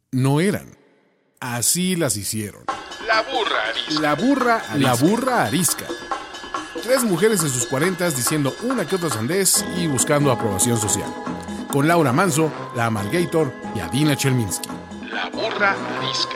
No eran. Así las hicieron. La burra arisca. La burra arisca. 3 mujeres en sus 40s diciendo una que otra sandez y buscando aprobación social. Con Laura Manso, la Amalgator y Adina Chelminsky. La burra arisca.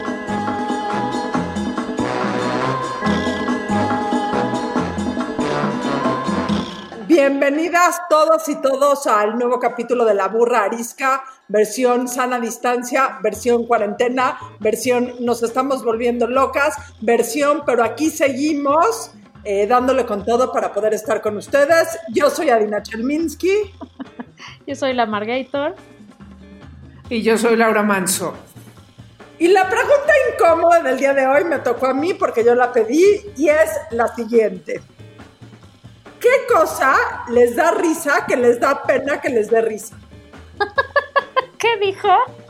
Bienvenidas todos y todos al nuevo capítulo de La Burra Arisca, versión sana distancia, versión cuarentena, versión nos estamos volviendo locas, versión pero aquí seguimos dándole con todo para poder estar con ustedes. Yo soy Adina Chelminsky. Yo soy la Amalgator. Y yo soy Laura Manso. Y la pregunta incómoda del día de hoy me tocó a mí porque yo la pedí y es la siguiente. ¿Qué cosa les da risa que les da pena que les dé risa? ¿Qué dijo?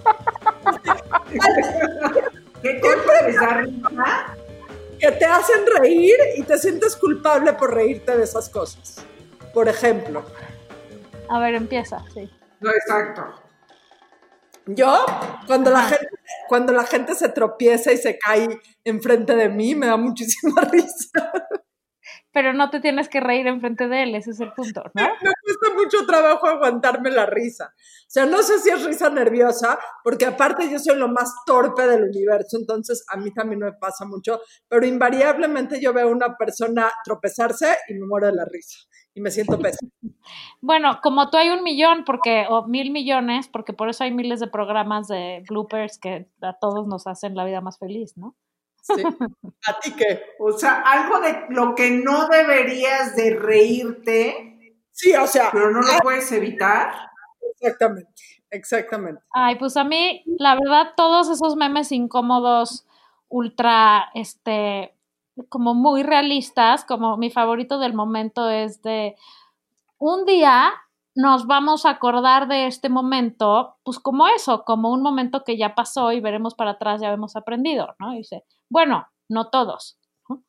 ¿Qué cosa les da risa? Que te hacen reír y te sientes culpable por reírte de esas cosas. Por ejemplo. A ver, empieza, sí. No, exacto. Yo, cuando la gente se tropieza y se cae enfrente de mí, me da muchísima risa. Pero no te tienes que reír enfrente de él, ese es el punto, ¿no? Me cuesta mucho trabajo aguantarme la risa. O sea, no sé si es risa nerviosa, porque aparte yo soy lo más torpe del universo, entonces a mí también me pasa mucho, pero invariablemente yo veo a una persona tropezarse y me muero de la risa. Y me siento pésima. Bueno, como tú hay 1 millón, o 1,000 millones, porque por eso hay miles de programas de bloopers que a todos nos hacen la vida más feliz, ¿no? Sí. ¿A ti qué? O sea, algo de lo que no deberías de reírte. Sí, o sea. Pero no lo puedes evitar. Exactamente. Ay, pues a mí, la verdad, todos esos memes incómodos, ultra, como muy realistas, como mi favorito del momento es de un día nos vamos a acordar de este momento, pues como eso, como un momento que ya pasó y veremos para atrás, ya hemos aprendido, ¿no? Y dice, bueno, no todos. ¿No?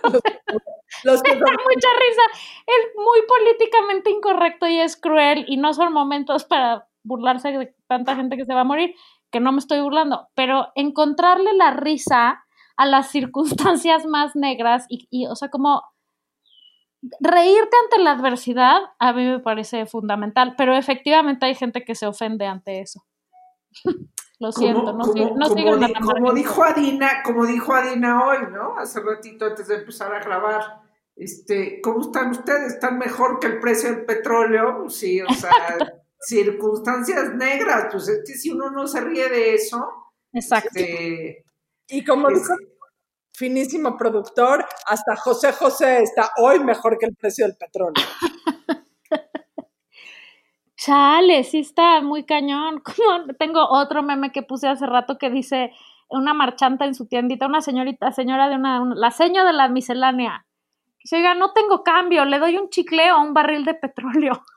Los que me da mucha risa. Es muy políticamente incorrecto y es cruel y no son momentos para burlarse de tanta gente que se va a morir, que no me estoy burlando, pero encontrarle la risa a las circunstancias más negras y o sea, como reírte ante la adversidad a mí me parece fundamental, pero efectivamente hay gente que se ofende ante eso. Lo siento, como dijo Adina hoy, ¿no? Hace ratito antes de empezar a grabar. ¿Cómo están ustedes? ¿Están mejor que el precio del petróleo? Sí, o sea, circunstancias negras, pues es que si uno no se ríe de eso. Exacto. Y como dijo finísimo productor, hasta José está hoy mejor que el precio del petróleo. Chale, sí está muy cañón. Como tengo otro meme que puse hace rato que dice una marchanta en su tiendita, una señora de la seño de la miscelánea. Que se diga, no tengo cambio, le doy un chicle o un barril de petróleo.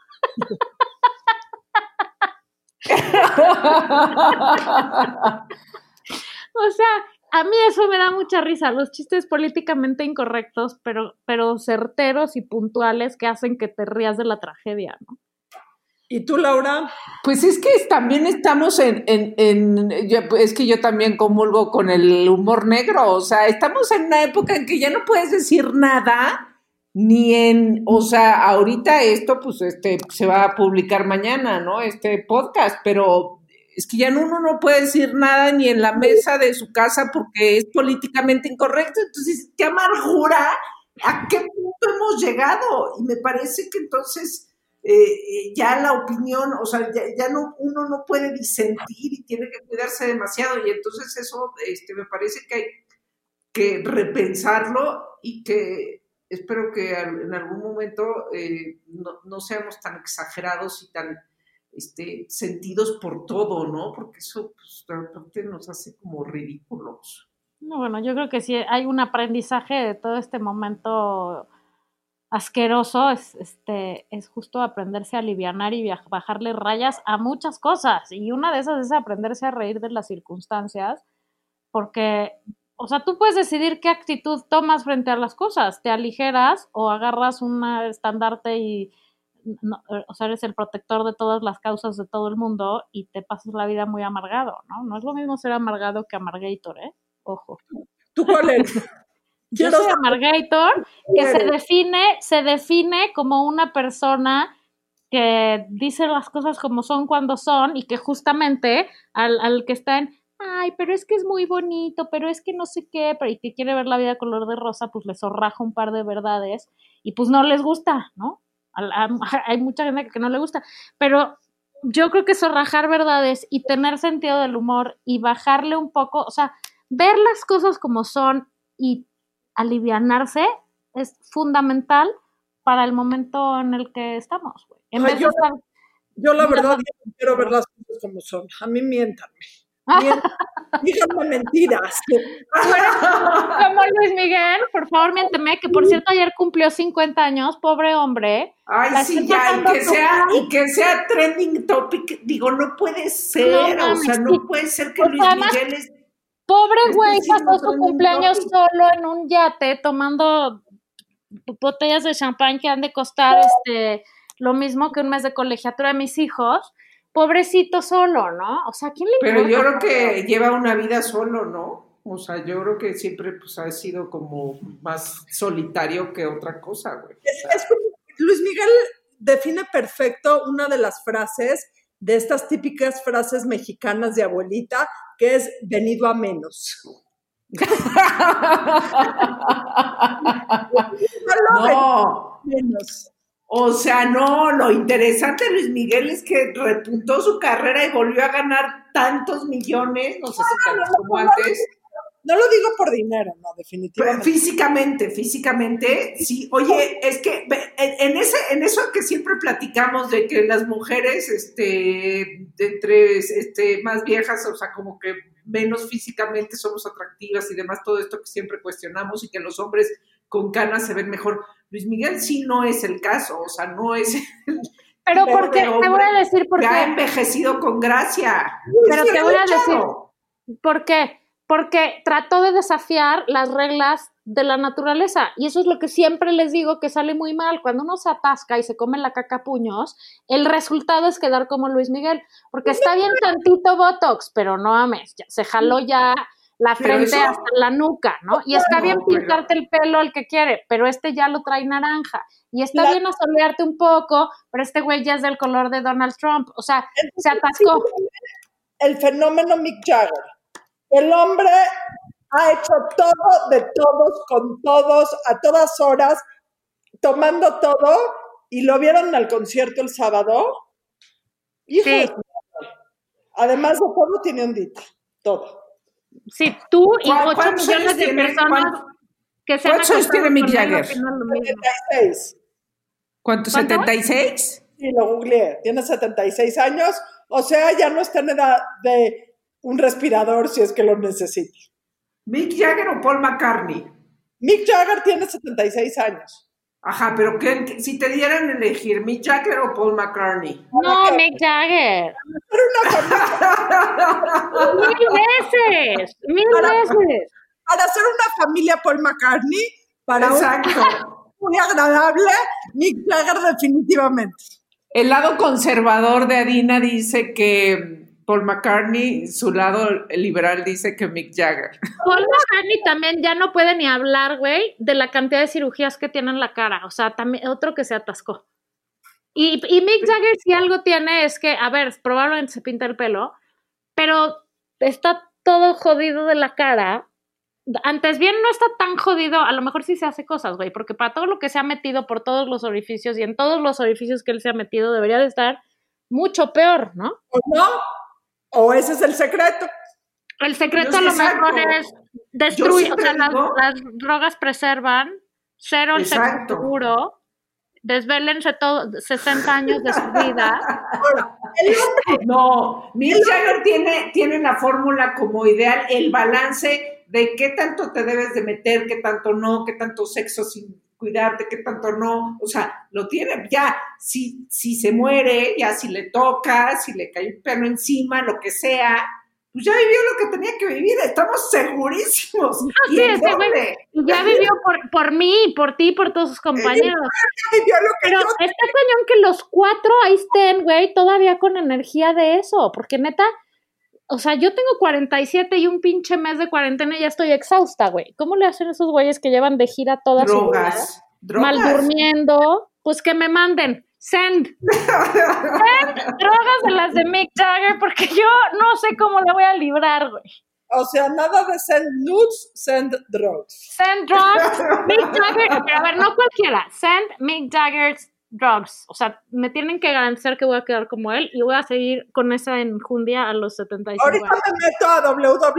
O sea, a mí eso me da mucha risa, los chistes políticamente incorrectos, pero certeros y puntuales que hacen que te rías de la tragedia, ¿no? ¿Y tú, Laura? Pues es que también estamos es que yo también comulgo con el humor negro, o sea, estamos en una época en que ya no puedes decir nada, o sea, ahorita esto, pues, se va a publicar mañana, ¿no? Este podcast, pero es que ya uno no puede decir nada ni en la mesa de su casa porque es políticamente incorrecto, entonces, qué amargura, ¿a qué punto hemos llegado? Y me parece que entonces ya la opinión, o sea, ya no, uno no puede disentir y tiene que cuidarse demasiado, y entonces eso me parece que hay que repensarlo y que espero que en algún momento no seamos tan exagerados y tan sentidos por todo, ¿no? Porque eso pues, de repente nos hace como ridículos. No, bueno, yo creo que sí hay un aprendizaje de todo este momento asqueroso, es justo aprenderse a alivianar y bajarle rayas a muchas cosas, y una de esas es aprenderse a reír de las circunstancias, porque, o sea, tú puedes decidir qué actitud tomas frente a las cosas, te aligeras o agarras un estandarte y no, o sea, eres el protector de todas las causas de todo el mundo y te pasas la vida muy amargado, ¿no? No es lo mismo ser amargado que amargator, ¿eh? Ojo. ¿Tú cuál eres? Yo soy amargator, que se define como una persona que dice las cosas como son cuando son y que justamente al que está en, ay, pero es que es muy bonito, pero es que no sé qué, pero y que quiere ver la vida color de rosa, pues le zorraja un par de verdades y pues no les gusta, ¿no? Hay mucha gente que no le gusta, pero yo creo que zorrajar verdades y tener sentido del humor y bajarle un poco, o sea, ver las cosas como son y alivianarse es fundamental para el momento en el que estamos, güey. En vez de estar... Yo la verdad yo quiero ver las cosas como son. A mí miéntanme. Díganme mentiras. Como Luis Miguel, por favor, miénteme, que por cierto ayer cumplió 50 años, pobre hombre. Ay, sí, ya, y que sea trending topic, digo, no puede ser, no, o sea, no puede ser que Luis Miguel es... Pobre güey, pasó su cumpleaños solo en un yate tomando botellas de champán que han de costar lo mismo que un mes de colegiatura de mis hijos. Pobrecito solo, ¿no? O sea, ¿quién le importa? Pero yo creo que lleva una vida solo, ¿no? O sea, yo creo que siempre pues ha sido como más solitario que otra cosa, güey. Luis Miguel define perfecto una de las frases de estas típicas frases mexicanas de abuelita, que es venido a menos. No. Menos. O sea, no, lo interesante de Luis Miguel es que repuntó su carrera y volvió a ganar tantos millones, no sé si tantos como antes. No lo digo por dinero, no, definitivamente. Pero físicamente, sí. Oye, es que en eso que siempre platicamos de que las mujeres, entre más viejas, o sea, como que menos físicamente somos atractivas y demás, todo esto que siempre cuestionamos y que los hombres con canas se ven mejor. Luis Miguel sí no es el caso, o sea, no es el... Pero porque te voy a decir por qué. Ha envejecido con gracia. Pero te voy a decir por qué. Porque trató de desafiar las reglas de la naturaleza. Y eso es lo que siempre les digo que sale muy mal. Cuando uno se atasca y se come la caca a puños, el resultado es quedar como Luis Miguel. Porque está bien tantito Botox, pero no ames, se jaló ya la frente hasta la nuca, ¿no? Y está bien pintarte el pelo el que quiere, pero ya lo trae naranja. Y está bien asolearte un poco, pero este güey ya es del color de Donald Trump. O sea, se atascó. El fenómeno Mick Jagger. El hombre ha hecho todo de todos, con todos, a todas horas, tomando todo, y lo vieron al concierto el sábado. Hijo sí. Además de todo, tiene un dito, todo. Sí, tú y 8 millones de personas que se han... ¿Cuántos años tiene Mick Jagger? 76. ¿Cuánto? ¿76? Sí, lo googleé. Tiene 76 años, o sea, ya no está en edad de un respirador si es que lo necesita. ¿Mick Jagger o Paul McCartney? Mick Jagger tiene 76 años. Ajá, pero si te dieran a elegir, ¿Mick Jagger o Paul McCartney? No, Mick Jagger. Mil veces. Para hacer una familia Paul McCartney, para exacto. Muy agradable, Mick Jagger definitivamente. El lado conservador de Adina dice que Paul McCartney, su lado liberal dice que Mick Jagger. Paul McCartney también ya no puede ni hablar, güey, de la cantidad de cirugías que tiene en la cara. O sea, también otro que se atascó. Y Mick Jagger si algo tiene es que, a ver, probablemente se pinta el pelo, pero está todo jodido de la cara. Antes bien no está tan jodido, a lo mejor sí se hace cosas, güey, porque para todo lo que se ha metido por todos los orificios y en todos los orificios que él se ha metido debería de estar mucho peor, ¿no? ¿O no? ¿O ese es el secreto? El secreto a lo mejor es destruir, o sea, las drogas preservan, cero el sexo seguro, desvélense todo 60 años de su vida. No, Mick Jagger tiene la fórmula como ideal, el balance de qué tanto te debes de meter, qué tanto no, qué tanto sexo sin cuidarte, qué tanto no, o sea, lo tiene, ya, si se muere, ya si le toca, si le cae un perro encima, lo que sea, pues ya vivió lo que tenía que vivir, estamos segurísimos. No, ¿Y sí, en ese dónde? güey ya vivió por mí, por ti, por todos sus compañeros. Ya vivió lo que Pero yo- está cañón que los 4 ahí estén, güey, todavía con energía de eso, porque neta, o sea, yo tengo 47 y un pinche mes de cuarentena y ya estoy exhausta, güey. ¿Cómo le hacen esos güeyes que llevan de gira toda su vida? Mal durmiendo, pues que me manden. Send drogas de las de Mick Jagger, porque yo no sé cómo le voy a librar, güey. O sea, nada de send nudes, send drugs. Send drugs, Mick Jagger, pero a ver, no cualquiera. Send Mick Jagger's drugs. O sea, me tienen que garantizar que voy a quedar como él y voy a seguir con esa enjundia a los 75 Ahorita años. me meto a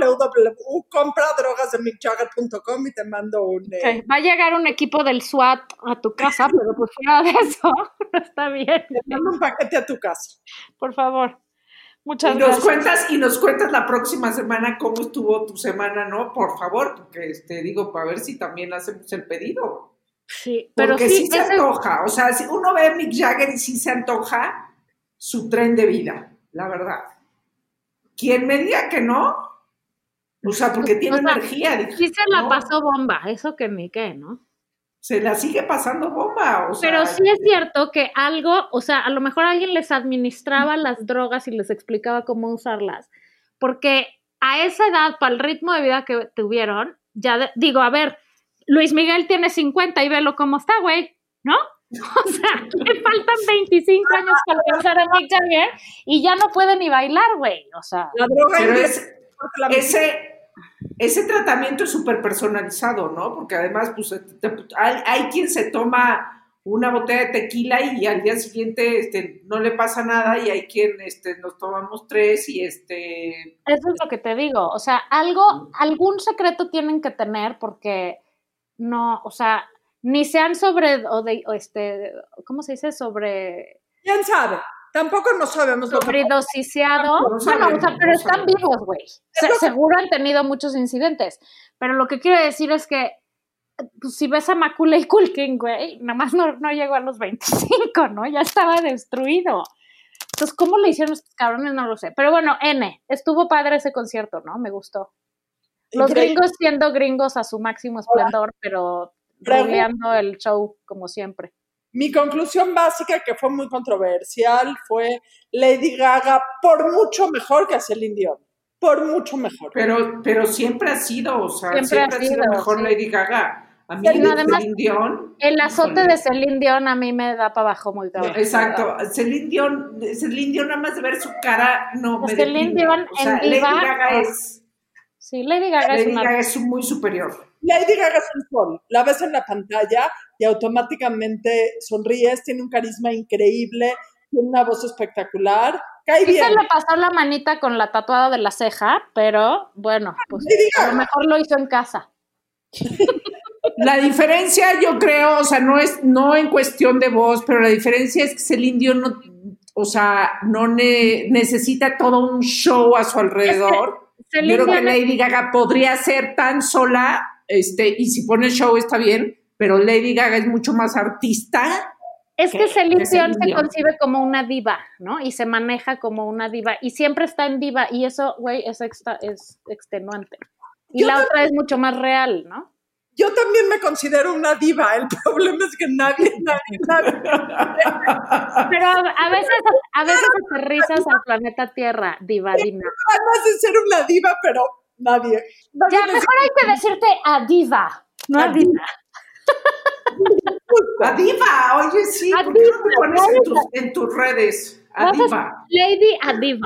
www.compradrogasdemicjagger.com y te mando un... Okay. Va a llegar un equipo del SWAT a tu casa, pero pues fuera de eso, no está bien. Te mando un paquete a tu casa. Por favor. Muchas Y gracias. nos cuentas la próxima semana cómo estuvo tu semana, ¿no? Por favor, porque digo, para ver si también hacemos el pedido. Sí, pero Porque sí, sí se antoja, o sea, si uno ve a Mick Jagger y sí se antoja su tren de vida, la verdad. Quien me diga que no, o sea, porque tiene energía. Sí se la ¿no? pasó bomba, eso que ni qué, ¿no? Se la sigue pasando bomba, o sea. Pero sí es cierto que algo, o sea, a lo mejor alguien les administraba las drogas y les explicaba cómo usarlas, porque a esa edad, para el ritmo de vida que tuvieron, digo, a ver, Luis Miguel tiene 50 y velo cómo está, güey, ¿no? O sea, le faltan 25 años para alcanzar a Mick Jagger y ya no puede ni bailar, güey, o sea. La droga Pero inglesa, ese tratamiento es súper personalizado, ¿no? Porque además, pues, hay quien se toma una botella de tequila y al día siguiente no le pasa nada, y hay quien nos tomamos 3 y Eso es lo que te digo, o sea, algún secreto tienen que tener porque no, o sea, ni sean ¿cómo se dice? ¿quién sabe? Tampoco no sabemos lo que Sobredosiciado. No sabemos, O sea, pero no están sabemos. vivos, güey. Seguro han tenido muchos incidentes, pero lo que quiero decir es que pues, si ves a Macaulay Culkin, güey, nada más no llegó a los 25, ¿no? Ya estaba destruido. Entonces, ¿cómo le hicieron estos cabrones? No lo sé. Pero bueno, estuvo padre ese concierto, ¿no? Me gustó. Los Increíble. gringos siendo gringos a su máximo esplendor, pero roleando el show como siempre. Mi conclusión básica, que fue muy controversial, fue Lady Gaga por mucho mejor que Celine Dion. Por mucho mejor. Pero siempre ha sido, o sea, Siempre ha siempre ha sido sido, mejor sí. Lady Gaga. A mí, Sí, no, además, Celine Dion. El azote híjole. de Celine Dion a mí me da para abajo muy cabrón. Exacto. Celine Dion, nada más de ver su cara, no me Celine deprime. Dion O sea, en diva, Lady Gaga es... Sí, Lady Gaga Lady Gaga es muy superior. Lady Gaga es un sol. La ves en la pantalla y automáticamente sonríes, tiene un carisma increíble, tiene una voz espectacular. Cae Sí bien. se le pasó la manita con la tatuada de la ceja, pero bueno, pues a lo mejor lo hizo en casa. La diferencia, yo creo, o sea, no en cuestión de voz, pero la diferencia es que Celine Dion no, o sea, no necesita todo un show a su alrededor. Celine Yo creo que Dion Lady Gaga podría ser tan sola, y si pone show está bien, pero Lady Gaga es mucho más artista. Es que Celine Dion se Dion. concibe como una diva, ¿no? Y se maneja como una diva. Y siempre está en diva. Y eso, güey, es extenuante. Y la otra es mucho más real, ¿no? Yo también me considero una diva. El problema es que nadie. Pero a veces aterrizas al planeta Tierra, diva, dime. Además de ser una diva, pero nadie. Ya, mejor hay que decirte a diva, no a diva. A diva, oye, sí, A ¿por qué no te diva, pones diva. en tus redes? A diva. Lady a diva.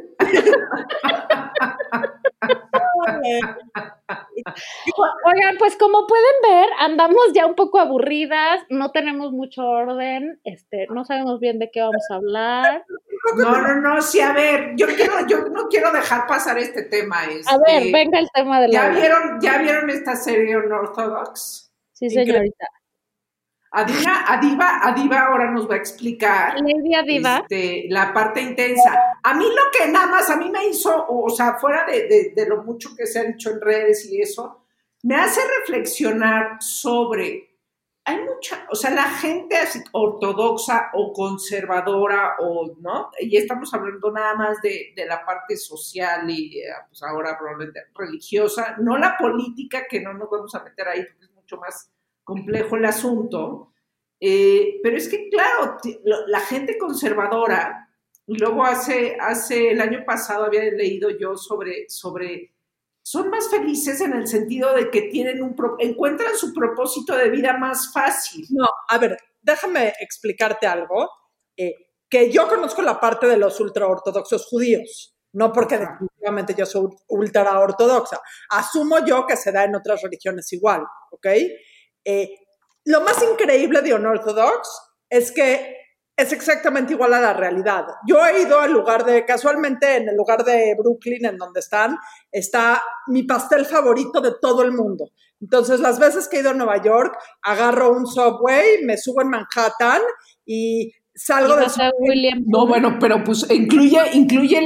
Oigan, pues como pueden ver, andamos ya un poco aburridas, no tenemos mucho orden, no sabemos bien de qué vamos a hablar. No, sí, a ver, yo no quiero dejar pasar este tema. A ver, venga el tema de la... ¿Ya vieron esta serie Unorthodox? Sí, señorita. A Diva ahora nos va a explicar Lady Adiva. La parte intensa. A mí lo que nada más a mí me hizo, o sea, fuera de lo mucho que se ha hecho en redes y eso, me hace reflexionar sobre hay mucha, o sea, la gente así ortodoxa o conservadora o, ¿no? Y estamos hablando nada más de la parte social y pues ahora probablemente religiosa, no la política, que no nos vamos a meter ahí porque es mucho más complejo el asunto, pero es que, claro, la gente conservadora, y luego hace el año pasado había leído yo sobre son más felices en el sentido de que encuentran su propósito de vida más fácil. No, a ver, déjame explicarte algo, que yo conozco la parte de los ultraortodoxos judíos, no porque definitivamente yo soy ultraortodoxa, asumo yo que se da en otras religiones igual, ¿ok? Lo más increíble de Unorthodox es que es exactamente igual a la realidad. Yo he ido casualmente en el lugar de Brooklyn, en donde está mi pastel favorito de todo el mundo. Entonces, las veces que he ido a Nueva York, agarro un subway, me subo en Manhattan y salgo del subway. No, bueno, pero pues incluye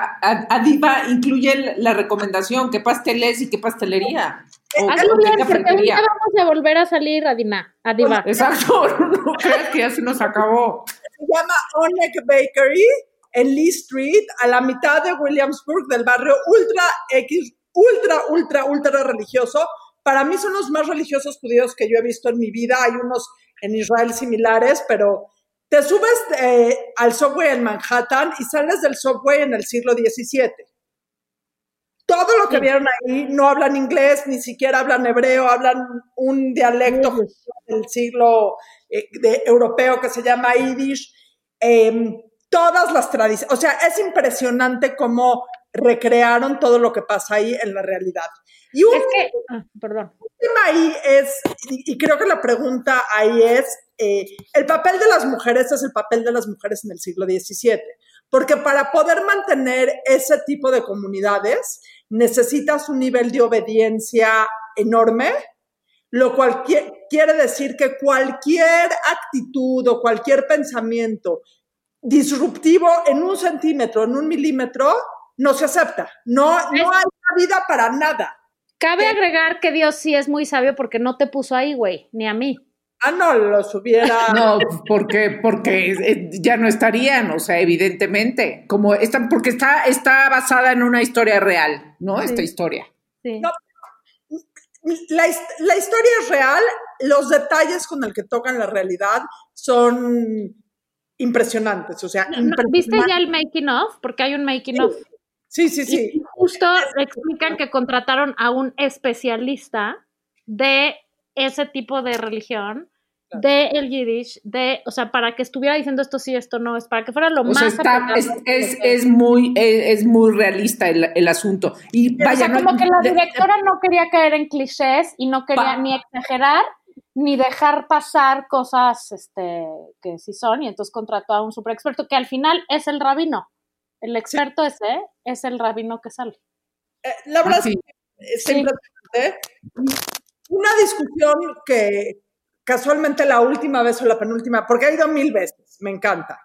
la recomendación, qué pastel es y qué pastelería. Hazlo bien, porque ahorita vamos a volver a salir a Diva. Exacto, no creas que ya se nos acabó. Se llama Onek Bakery en Lee Street, a la mitad de Williamsburg, del barrio ultra religioso. Para mí son los más religiosos judíos que yo he visto en mi vida. Hay unos en Israel similares, pero te subes al subway en Manhattan y sales del subway en el siglo XVII. Todo lo que vieron ahí no hablan inglés, ni siquiera hablan hebreo, hablan un dialecto del siglo europeo que se llama Yiddish. Todas las tradiciones, o sea, es impresionante cómo recrearon todo lo que pasa ahí en la realidad. Y perdón. Un tema ahí es, y creo que la pregunta ahí es, el papel de las mujeres es el papel de las mujeres en el siglo XVII. Porque para poder mantener ese tipo de comunidades necesitas un nivel de obediencia enorme, lo cual quiere decir que cualquier actitud o cualquier pensamiento disruptivo en 1 centímetro, en 1 milímetro, no se acepta. No hay vida para nada. Cabe agregar que Dios sí es muy sabio porque no te puso ahí, güey, ni a mí. No los hubiera... No, porque ya no estarían, o sea, evidentemente, porque está basada en una historia real, ¿no? Sí. Esta historia. Sí. No, la historia es real, los detalles con el que tocan la realidad son impresionantes, o sea, ¿Viste ya el making of? Porque hay un making of. Sí. Y justo explican que contrataron a un especialista de ese tipo de religión, de el Yiddish, o sea, para que estuviera diciendo esto sí, esto no, es para que fuera lo más... Es muy realista el asunto. Y vaya, como que la directora no quería caer en clichés y no quería ni exagerar, ni dejar pasar cosas que sí son, y entonces contrató a un super experto, que al final es el rabino. El experto ese es el rabino que sale. La verdad es que una discusión que casualmente la última vez o la penúltima, porque ha ido 1000 veces, me encanta,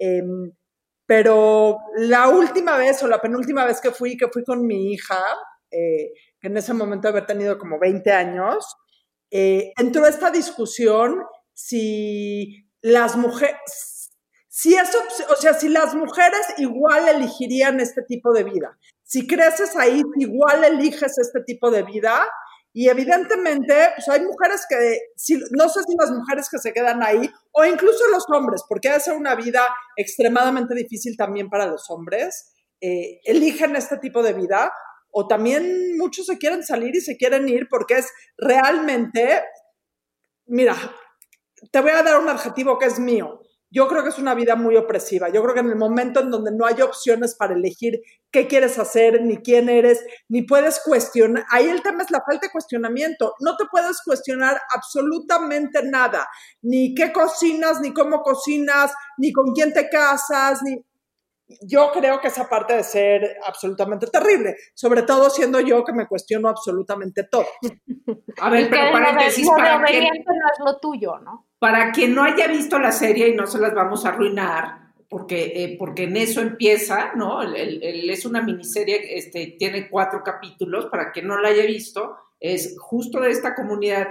pero la última vez o la penúltima vez que fui con mi hija, que en ese momento haber tenido como 20 años, entró esta discusión si las mujeres, si las mujeres igual elegirían este tipo de vida. Si creces ahí, igual eliges este tipo de vida. Y evidentemente, pues hay mujeres que, no sé si las mujeres que se quedan ahí, o incluso los hombres, porque ha de ser una vida extremadamente difícil también para los hombres, eligen este tipo de vida, o también muchos se quieren salir y se quieren ir porque es realmente, mira, te voy a dar un adjetivo que es mío. Yo creo que es una vida muy opresiva. Yo creo que en el momento en donde no hay opciones para elegir qué quieres hacer, ni quién eres, ni puedes cuestionar, ahí el tema es la falta de cuestionamiento. No te puedes cuestionar absolutamente nada, ni qué cocinas, ni cómo cocinas, ni con quién te casas, ni... Yo creo que esa parte de ser absolutamente terrible, sobre todo siendo yo que me cuestiono absolutamente todo. A ver, pero paréntesis, para que no es lo tuyo, ¿no? Para quien no haya visto la serie, y no se las vamos a arruinar, porque en eso empieza, ¿no? Es una miniserie, tiene 4 capítulos, para quien no la haya visto, es justo de esta comunidad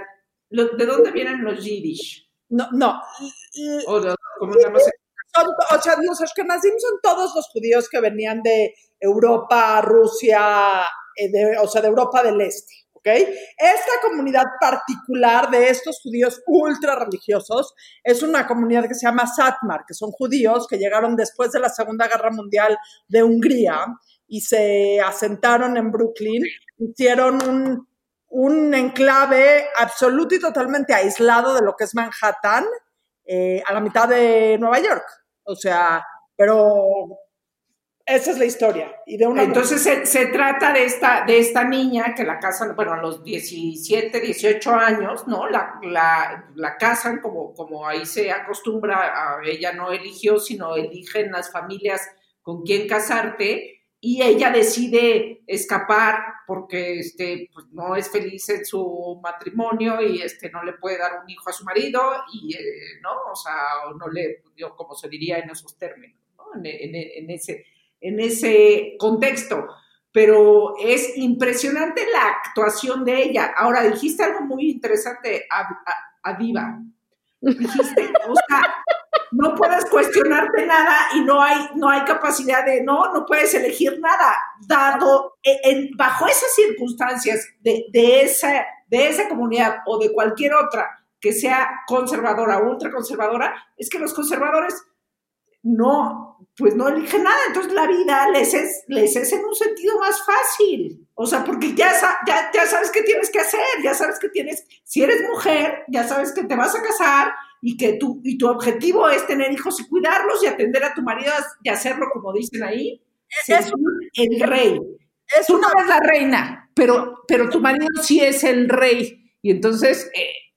¿De dónde vienen los Yiddish? No. ¿Cómo se llama? O sea, los Ashkenazim son todos los judíos que venían de Europa, Rusia, o sea, de Europa del Este, ¿ok? Esta comunidad particular de estos judíos ultra religiosos es una comunidad que se llama Satmar, que son judíos que llegaron después de la Segunda Guerra Mundial de Hungría y se asentaron en Brooklyn, hicieron un enclave absoluto y totalmente aislado de lo que es Manhattan, a la mitad de Nueva York. O sea, pero esa es la historia. Y de entonces se trata de esta niña que la casan, bueno, a los 17, 18 años, ¿no? La casan como ahí se acostumbra, ella no eligió, sino eligen las familias con quién casarte, y ella decide escapar porque pues no es feliz en su matrimonio y no le puede dar un hijo a su marido y no, o sea, no le, como se diría en esos términos, ¿no? En ese contexto. Pero es impresionante la actuación de ella. Ahora, dijiste algo muy interesante, Aviva. Dijiste, o sea, no puedes cuestionarte nada y no hay capacidad no puedes elegir nada, dado bajo esas circunstancias de esa comunidad o de cualquier otra que sea conservadora o ultraconservadora, es que los conservadores no eligen nada, entonces la vida les es en un sentido más fácil, o sea, porque ya sabes qué tienes que hacer, ya sabes que si eres mujer, ya sabes que te vas a casar y que tu objetivo es tener hijos y cuidarlos y atender a tu marido y hacerlo como dicen ahí, es el rey. Tú no eres la reina, pero tu marido sí es el rey, y entonces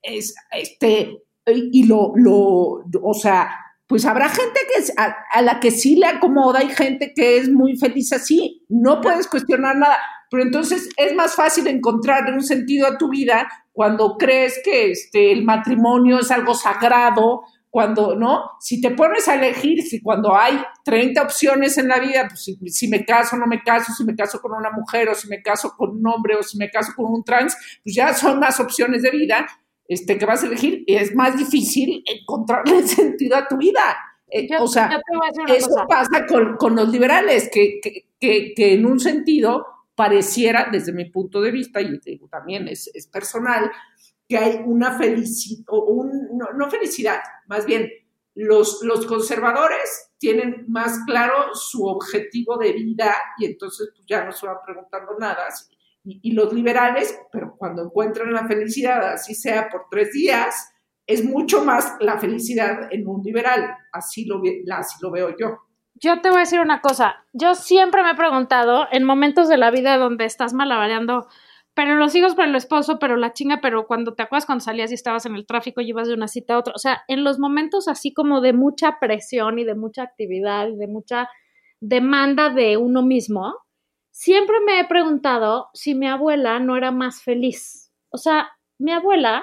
o sea, pues habrá gente a la que sí le acomoda y gente que es muy feliz así. No puedes cuestionar nada. Pero entonces es más fácil encontrar un sentido a tu vida cuando crees que el matrimonio es algo sagrado, cuando, ¿no? Si te pones a elegir, si cuando hay 30 opciones en la vida, pues si me caso o no me caso, si me caso con una mujer o si me caso con un hombre o si me caso con un trans, pues ya son más opciones de vida que vas a elegir, y es más difícil encontrarle sentido a tu vida. O sea, eso pasa con los liberales, que en un sentido pareciera, desde mi punto de vista, y digo, también es personal, que hay una felicidad, no felicidad, más bien, los conservadores tienen más claro su objetivo de vida y entonces pues, ya no se van preguntando nada, y los liberales, pero cuando encuentran la felicidad, así sea por 3 días, es mucho más la felicidad en un liberal, así lo veo yo. Yo te voy a decir una cosa, yo siempre me he preguntado en momentos de la vida donde estás malabareando, pero los hijos, pero el esposo, pero la chinga, pero cuando te acuerdas cuando salías y estabas en el tráfico y ibas de una cita a otra, o sea, en los momentos así como de mucha presión y de mucha actividad y de mucha demanda de uno mismo, siempre me he preguntado si mi abuela no era más feliz. O sea, mi abuela,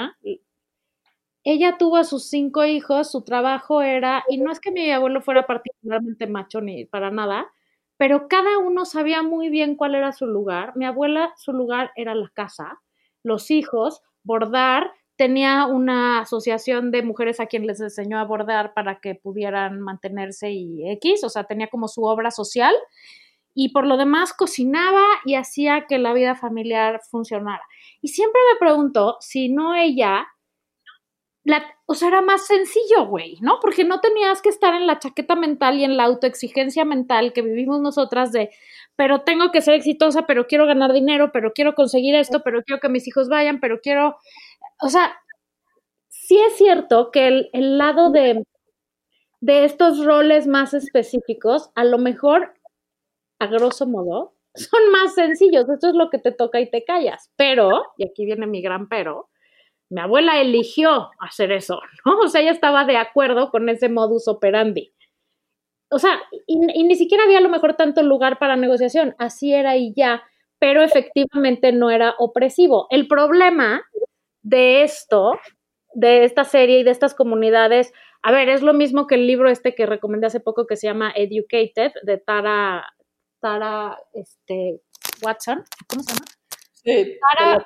ella tuvo a sus 5 hijos, su trabajo era, y no es que mi abuelo fuera particularmente macho ni para nada, pero cada uno sabía muy bien cuál era su lugar. Mi abuela, su lugar era la casa, los hijos, bordar, tenía una asociación de mujeres a quien les enseñó a bordar para que pudieran mantenerse y X, o sea, tenía como su obra social, y por lo demás cocinaba y hacía que la vida familiar funcionara. Y siempre me pregunto si no ella, o sea, era más sencillo, güey, ¿no? Porque no tenías que estar en la chaqueta mental y en la autoexigencia mental que vivimos nosotras de, pero tengo que ser exitosa, pero quiero ganar dinero, pero quiero conseguir esto, pero quiero que mis hijos vayan, pero quiero, o sea, sí es cierto que el lado de estos roles más específicos, a lo mejor a grosso modo, son más sencillos. Esto es lo que te toca y te callas. Pero, y aquí viene mi gran pero, mi abuela eligió hacer eso, ¿no? O sea, ella estaba de acuerdo con ese modus operandi. O sea, y ni siquiera había a lo mejor tanto lugar para negociación. Así era y ya, pero efectivamente no era opresivo. El problema de esto, de esta serie y de estas comunidades, a ver, es lo mismo que el libro que recomendé hace poco que se llama Educated, de Tara Watson, ¿cómo se llama? Sí,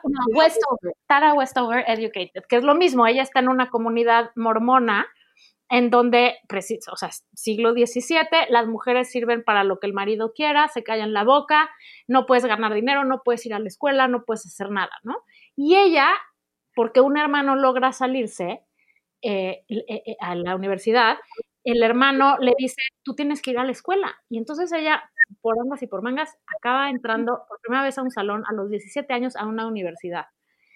Tara Westover Educated, que es lo mismo, ella está en una comunidad mormona en donde, o sea, siglo XVII, las mujeres sirven para lo que el marido quiera, se callan la boca, no puedes ganar dinero, no puedes ir a la escuela, no puedes hacer nada, ¿no? Y ella, porque un hermano logra salirse a la universidad, el hermano le dice, tú tienes que ir a la escuela. Y entonces ella, por ondas y por mangas, acaba entrando por primera vez a un salón a los 17 años a una universidad.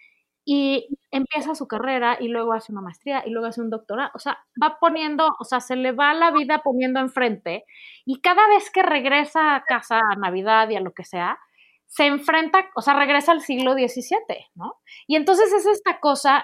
Y empieza su carrera y luego hace una maestría y luego hace un doctorado. O sea, va poniendo, o sea, se le va la vida poniendo enfrente y cada vez que regresa a casa a Navidad y a lo que sea, se enfrenta, o sea, regresa al siglo XVII, ¿no? Y entonces es esta cosa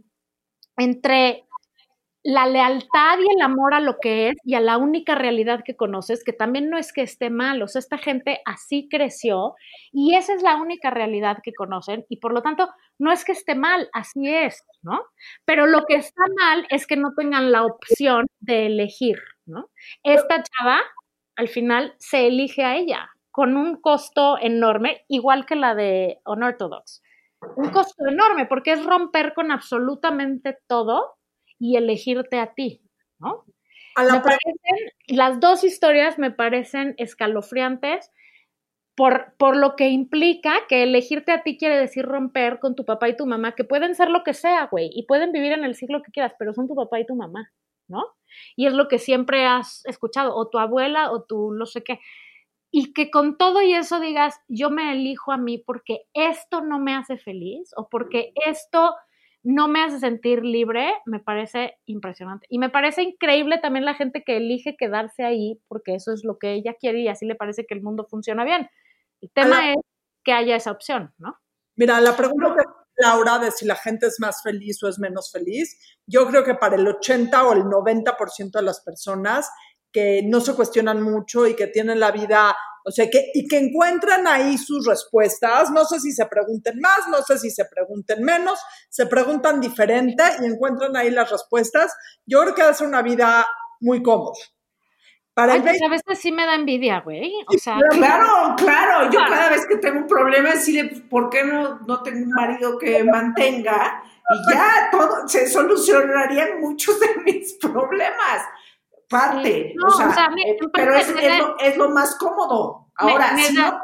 entre la lealtad y el amor a lo que es y a la única realidad que conoces, que también no es que esté mal, o sea, esta gente así creció y esa es la única realidad que conocen y por lo tanto no es que esté mal, así es, ¿no? Pero lo que está mal es que no tengan la opción de elegir, ¿no? Esta chava al final se elige a ella con un costo enorme, igual que la de Unorthodox. Un costo enorme porque es romper con absolutamente todo y elegirte a ti, ¿no? Las dos historias me parecen escalofriantes por lo que implica que elegirte a ti quiere decir romper con tu papá y tu mamá, que pueden ser lo que sea, güey, y pueden vivir en el siglo que quieras, pero son tu papá y tu mamá, ¿no? Y es lo que siempre has escuchado, o tu abuela, o tu no sé qué. Y que con todo y eso digas, yo me elijo a mí porque esto no me hace feliz, o porque esto no me hace sentir libre, me parece impresionante. Y me parece increíble también la gente que elige quedarse ahí porque eso es lo que ella quiere y así le parece que el mundo funciona bien. El tema es que haya esa opción, ¿no? Mira, la pregunta de Laura de si la gente es más feliz o es menos feliz, yo creo que para el 80 o el 90% de las personas que no se cuestionan mucho y que tienen la vida, o sea, y que encuentran ahí sus respuestas, no sé si se pregunten más, no sé si se pregunten menos, se preguntan diferente y encuentran ahí las respuestas, yo creo que va a ser una vida muy cómoda. Para a veces sí me da envidia, güey. O sea, claro. Yo cada vez que tengo un problema, decirle, ¿por qué no tengo un marido que mantenga? Y ya todo, se solucionarían muchos de mis problemas. Parte, sí. Pero es lo más cómodo. Ahora,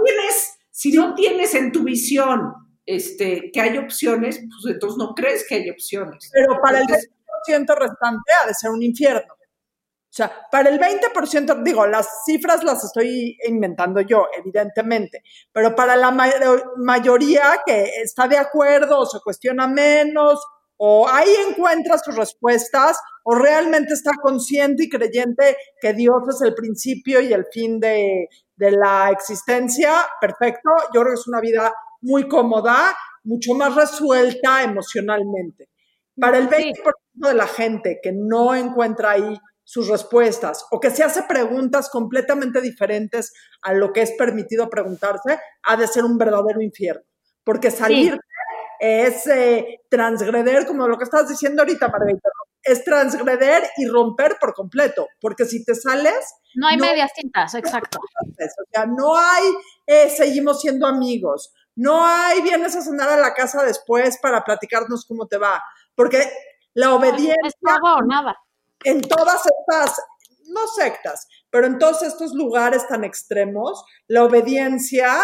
si no tienes en tu visión que hay opciones, pues entonces no crees que hay opciones. Pero para el 20% restante ha de ser un infierno. O sea, para el 20%, digo, las cifras las estoy inventando yo, evidentemente, pero para la mayoría que está de acuerdo o se cuestiona menos, o ahí encuentra sus respuestas, o realmente está consciente y creyente que Dios es el principio y el fin de la existencia, perfecto. Yo creo que es una vida muy cómoda, mucho más resuelta emocionalmente. Para el 20% de la gente que no encuentra ahí sus respuestas o que se hace preguntas completamente diferentes a lo que es permitido preguntarse, ha de ser un verdadero infierno. Porque salir es transgreder, como lo que estás diciendo ahorita, Margarita, es transgreder y romper por completo. Porque si te sales... No hay medias tintas, exacto. O sea, no hay seguimos siendo amigos. No hay vienes a cenar a la casa después para platicarnos cómo te va. Porque la obediencia... No, nada. En todas estas, no sectas, pero en todos estos lugares tan extremos, la obediencia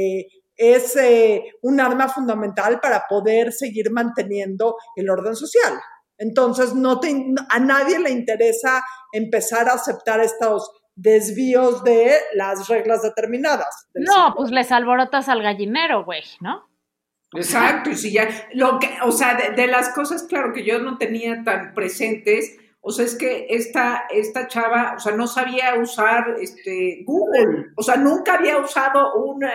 es un arma fundamental para poder seguir manteniendo el orden social. Entonces, a nadie le interesa empezar a aceptar estos desvíos de las reglas determinadas. No, pues les alborotas al gallinero, güey, ¿no? Exacto, y si ya, o sea, de las cosas, claro, que yo no tenía tan presentes. O sea, es que esta chava, o sea, no sabía usar Google. O sea, nunca había usado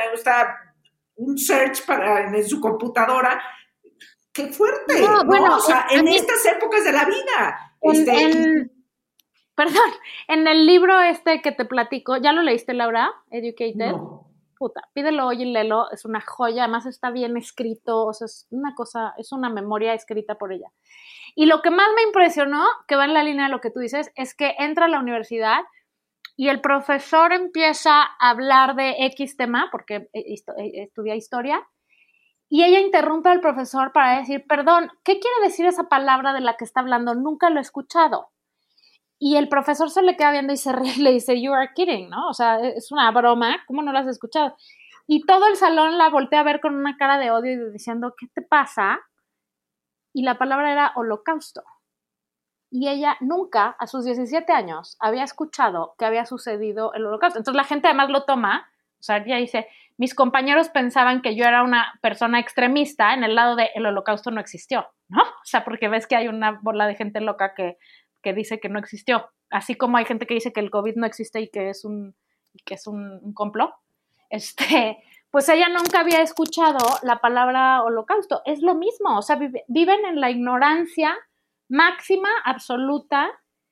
un search en su computadora. ¡Qué fuerte! No, bueno, o sea, en estas épocas de la vida. Perdón, en el libro que te platico, ¿ya lo leíste, Laura? Educated. No. Puta, pídelo hoy y léelo, es una joya, además está bien escrito, o sea, es una memoria escrita por ella. Y lo que más me impresionó, que va en la línea de lo que tú dices, es que entra a la universidad y el profesor empieza a hablar de X tema, porque estudia historia, Y ella interrumpe al profesor para decir, perdón, ¿qué quiere decir esa palabra de la que está hablando? Nunca lo he escuchado. Y el profesor se le queda viendo y se ríe y le dice, you are kidding, ¿no? O sea, es una broma, ¿cómo no lo has escuchado? Y todo el salón la voltea a ver con una cara de odio y diciendo, ¿qué te pasa? Y la palabra era holocausto. Y ella nunca, a sus 17 años, había escuchado que había sucedido el holocausto. Entonces la gente además lo toma, o sea, ella dice, mis compañeros pensaban que yo era una persona extremista en el lado de el holocausto no existió, ¿no? O sea, porque ves que hay una bola de gente loca que dice que no existió, así como hay gente que dice que el COVID no existe y que es un complot. Pues ella nunca había escuchado la palabra holocausto. Es lo mismo, o sea, viven en la ignorancia máxima, absoluta,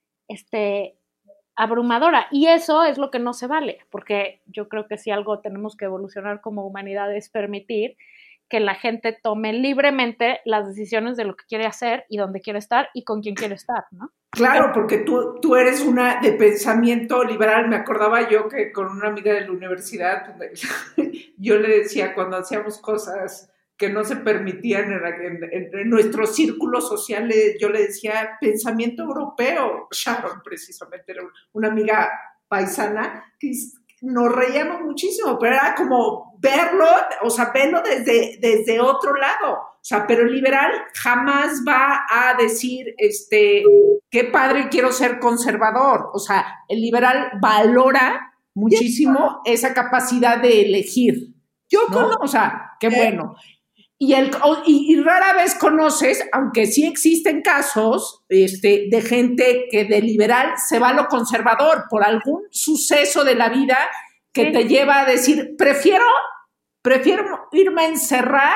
abrumadora. Y eso es lo que no se vale, porque yo creo que si algo tenemos que evolucionar como humanidad es permitir que la gente tome libremente las decisiones de lo que quiere hacer y dónde quiere estar y con quién quiere estar, ¿no? Claro, porque tú eres una de pensamiento liberal. Me acordaba yo que con una amiga de la universidad, yo le decía cuando hacíamos cosas que no se permitían en nuestro círculo social, yo le decía pensamiento europeo. Sharon, precisamente, era una amiga paisana que nos reíamos muchísimo, pero era como verlo, o sea, verlo desde otro lado. O sea, pero el liberal jamás va a decir, qué padre, quiero ser conservador. O sea, el liberal valora muchísimo esa capacidad de elegir. Yo conozco, o sea, qué bueno. Y rara vez conoces, aunque sí existen casos de gente que de liberal se va a lo conservador por algún suceso de la vida que te lleva a decir, prefiero irme a encerrar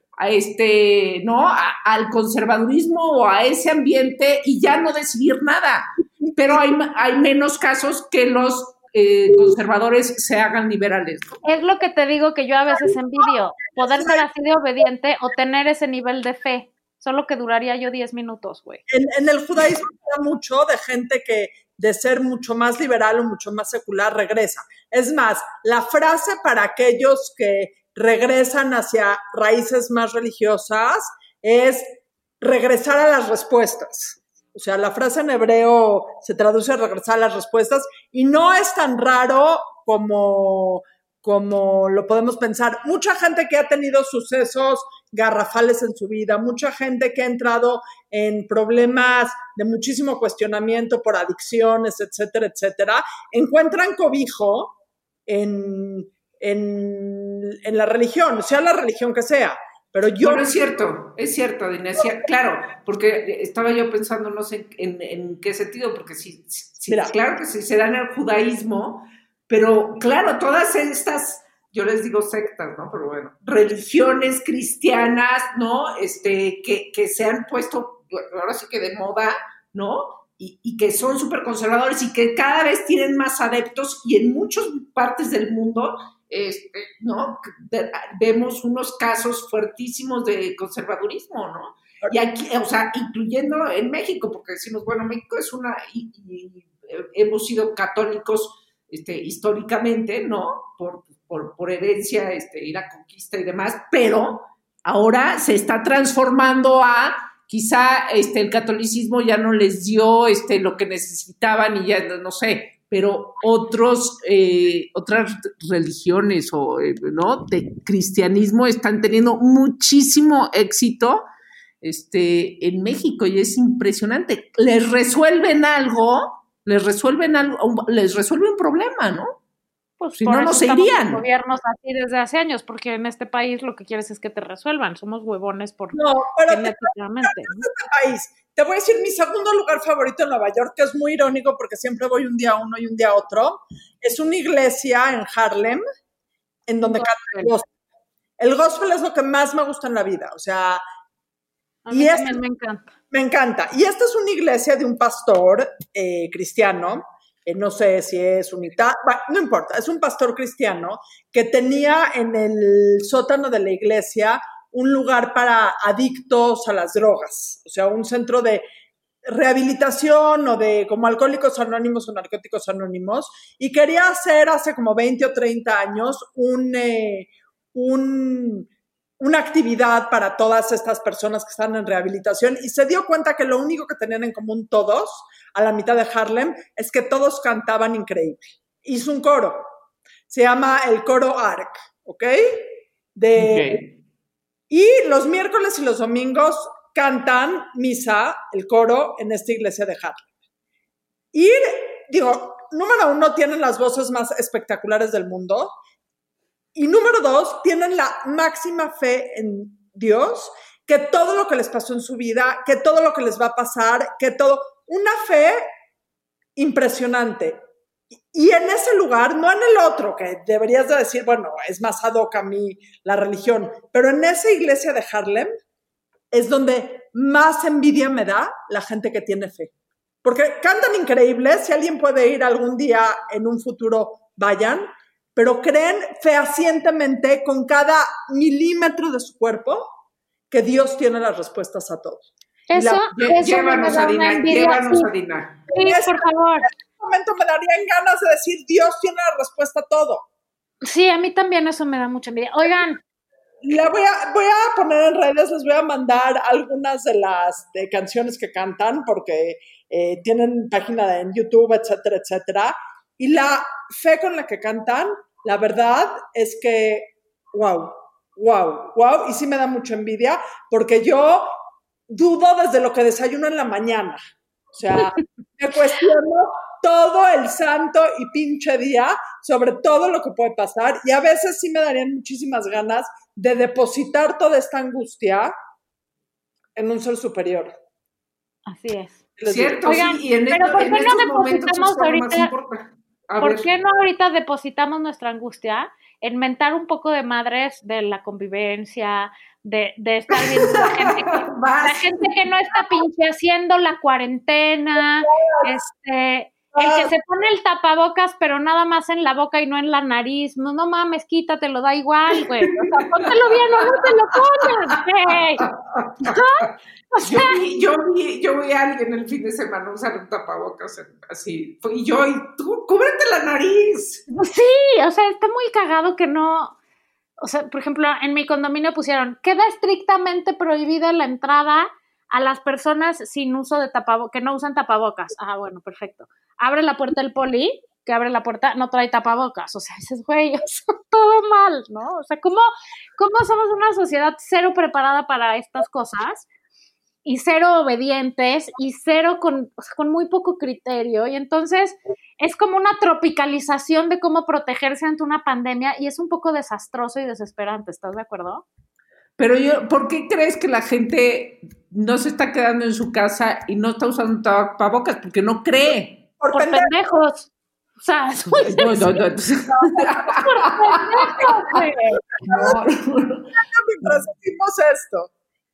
al conservadurismo o a ese ambiente y ya no decidir nada. Pero hay menos casos que los conservadores se hagan liberales, ¿no? Es lo que te digo que yo a veces envidio, poder ser así de obediente o tener ese nivel de fe, solo que duraría yo 10 minutos, güey. En el judaísmo habla mucho de gente que de ser mucho más liberal o mucho más secular regresa. Es más, la frase para aquellos que regresan hacia raíces más religiosas es regresar a las respuestas. O sea, la frase en hebreo se traduce a regresar a las respuestas y no es tan raro como lo podemos pensar. Mucha gente que ha tenido sucesos garrafales en su vida, mucha gente que ha entrado en problemas de muchísimo cuestionamiento por adicciones, etcétera, etcétera, encuentran cobijo en la religión, sea la religión que sea. Pero es cierto, Dinesia, claro, porque estaba yo pensando, no sé en qué sentido, porque sí, claro que sí se da en el judaísmo, pero claro, todas estas, yo les digo sectas, ¿no? Pero bueno, religiones cristianas, ¿no? Que se han puesto, ahora sí que de moda, ¿no? Y que son súper conservadores y que cada vez tienen más adeptos y en muchas partes del mundo, ¿no? Vemos unos casos fuertísimos de conservadurismo, ¿no? Y aquí, o sea, incluyendo en México, porque decimos, bueno, México es y hemos sido católicos históricamente, ¿no? Por herencia, y la conquista y demás, pero ahora se está transformando quizá el catolicismo ya no les dio lo que necesitaban y ya no sé, pero otras religiones ¿no? de cristianismo están teniendo muchísimo éxito en México y es impresionante. Les resuelven un problema, ¿no? Pues si no, no se irían. Gobiernos así desde hace años, porque en este país lo que quieres es que te resuelvan. Somos huevones genéticamente. País. Te voy a decir mi segundo lugar favorito en Nueva York, que es muy irónico porque siempre voy un día a uno y un día a otro. Es una iglesia en Harlem, en donde canta el gospel. El gospel es lo que más me gusta en la vida. O sea, a mí también me encanta. Me encanta. Y esta es una iglesia de un pastor cristiano. No sé si es unidad, bueno, no importa, es un pastor cristiano que tenía en el sótano de la iglesia un lugar para adictos a las drogas, o sea, un centro de rehabilitación o de como alcohólicos anónimos o narcóticos anónimos, y quería hacer hace como 20 o 30 años un una actividad para todas estas personas que están en rehabilitación y se dio cuenta que lo único que tenían en común todos, a la mitad de Harlem, es que todos cantaban increíble. Hizo un coro. Se llama el coro ARC, ¿ok? Y los miércoles y los domingos cantan misa, el coro, en esta iglesia de Harlem. Y, digo, número 1, tienen las voces más espectaculares del mundo. Y número 2, tienen la máxima fe en Dios, que todo lo que les pasó en su vida, que todo lo que les va a pasar, que todo, una fe impresionante. Y en ese lugar, no en el otro, que deberías de decir, bueno, es más ad hoc a mí la religión, pero en esa iglesia de Harlem es donde más envidia me da la gente que tiene fe. Porque cantan increíbles, si alguien puede ir algún día en un futuro, vayan, pero creen fehacientemente con cada milímetro de su cuerpo que Dios tiene las respuestas a todo. Llévanos a Dina. Sí, por favor. En este momento me darían ganas de decir, Dios tiene la respuesta a todo. Sí, a mí también eso me da mucha envidia. Oigan. Voy a poner en redes, les voy a mandar algunas de las canciones que cantan, porque tienen página en YouTube, etcétera, etcétera. Y la fe con la que cantan, la verdad es que, wow. Y sí me da mucha envidia, porque yo dudo desde lo que desayuno en la mañana. O sea, me cuestiono todo el santo y pinche día sobre todo lo que puede pasar, y a veces sí me darían muchísimas ganas de depositar toda esta angustia en un ser superior. Así es. Cierto, oigan, sí, y en pero ¿por qué no depositamos ahorita? ¿Por qué no ahorita depositamos nuestra angustia en mentar un poco de madres de la convivencia, de estar viendo la gente que no está pinche haciendo la cuarentena, el que se pone el tapabocas pero nada más en la boca y no en la nariz? No mames, quítatelo, da igual, güey. O sea, póntelo bien o no te lo pongas, güey. ¿No? O sea, yo vi a alguien el fin de semana usar un tapabocas así, y tú, cúbrete la nariz. Sí, o sea, está muy cagado que no. O sea, por ejemplo, en mi condominio pusieron, queda estrictamente prohibida la entrada a las personas sin uso de tapabocas, que no usan tapabocas. Ah, bueno, perfecto. Abre la puerta el poli, que abre la puerta, no trae tapabocas. O sea, dices, güey, todo mal, ¿no? O sea, ¿cómo somos una sociedad cero preparada para estas cosas? Y cero obedientes, y cero con muy poco criterio, y entonces es como una tropicalización de cómo protegerse ante una pandemia, y es un poco desastroso y desesperante, ¿estás de acuerdo? Pero ¿por qué crees que la gente no se está quedando en su casa y no está usando tapabocas? Porque no cree. Por pendejos. O sea, no. Por pendejos, güey. Mientras hicimos esto.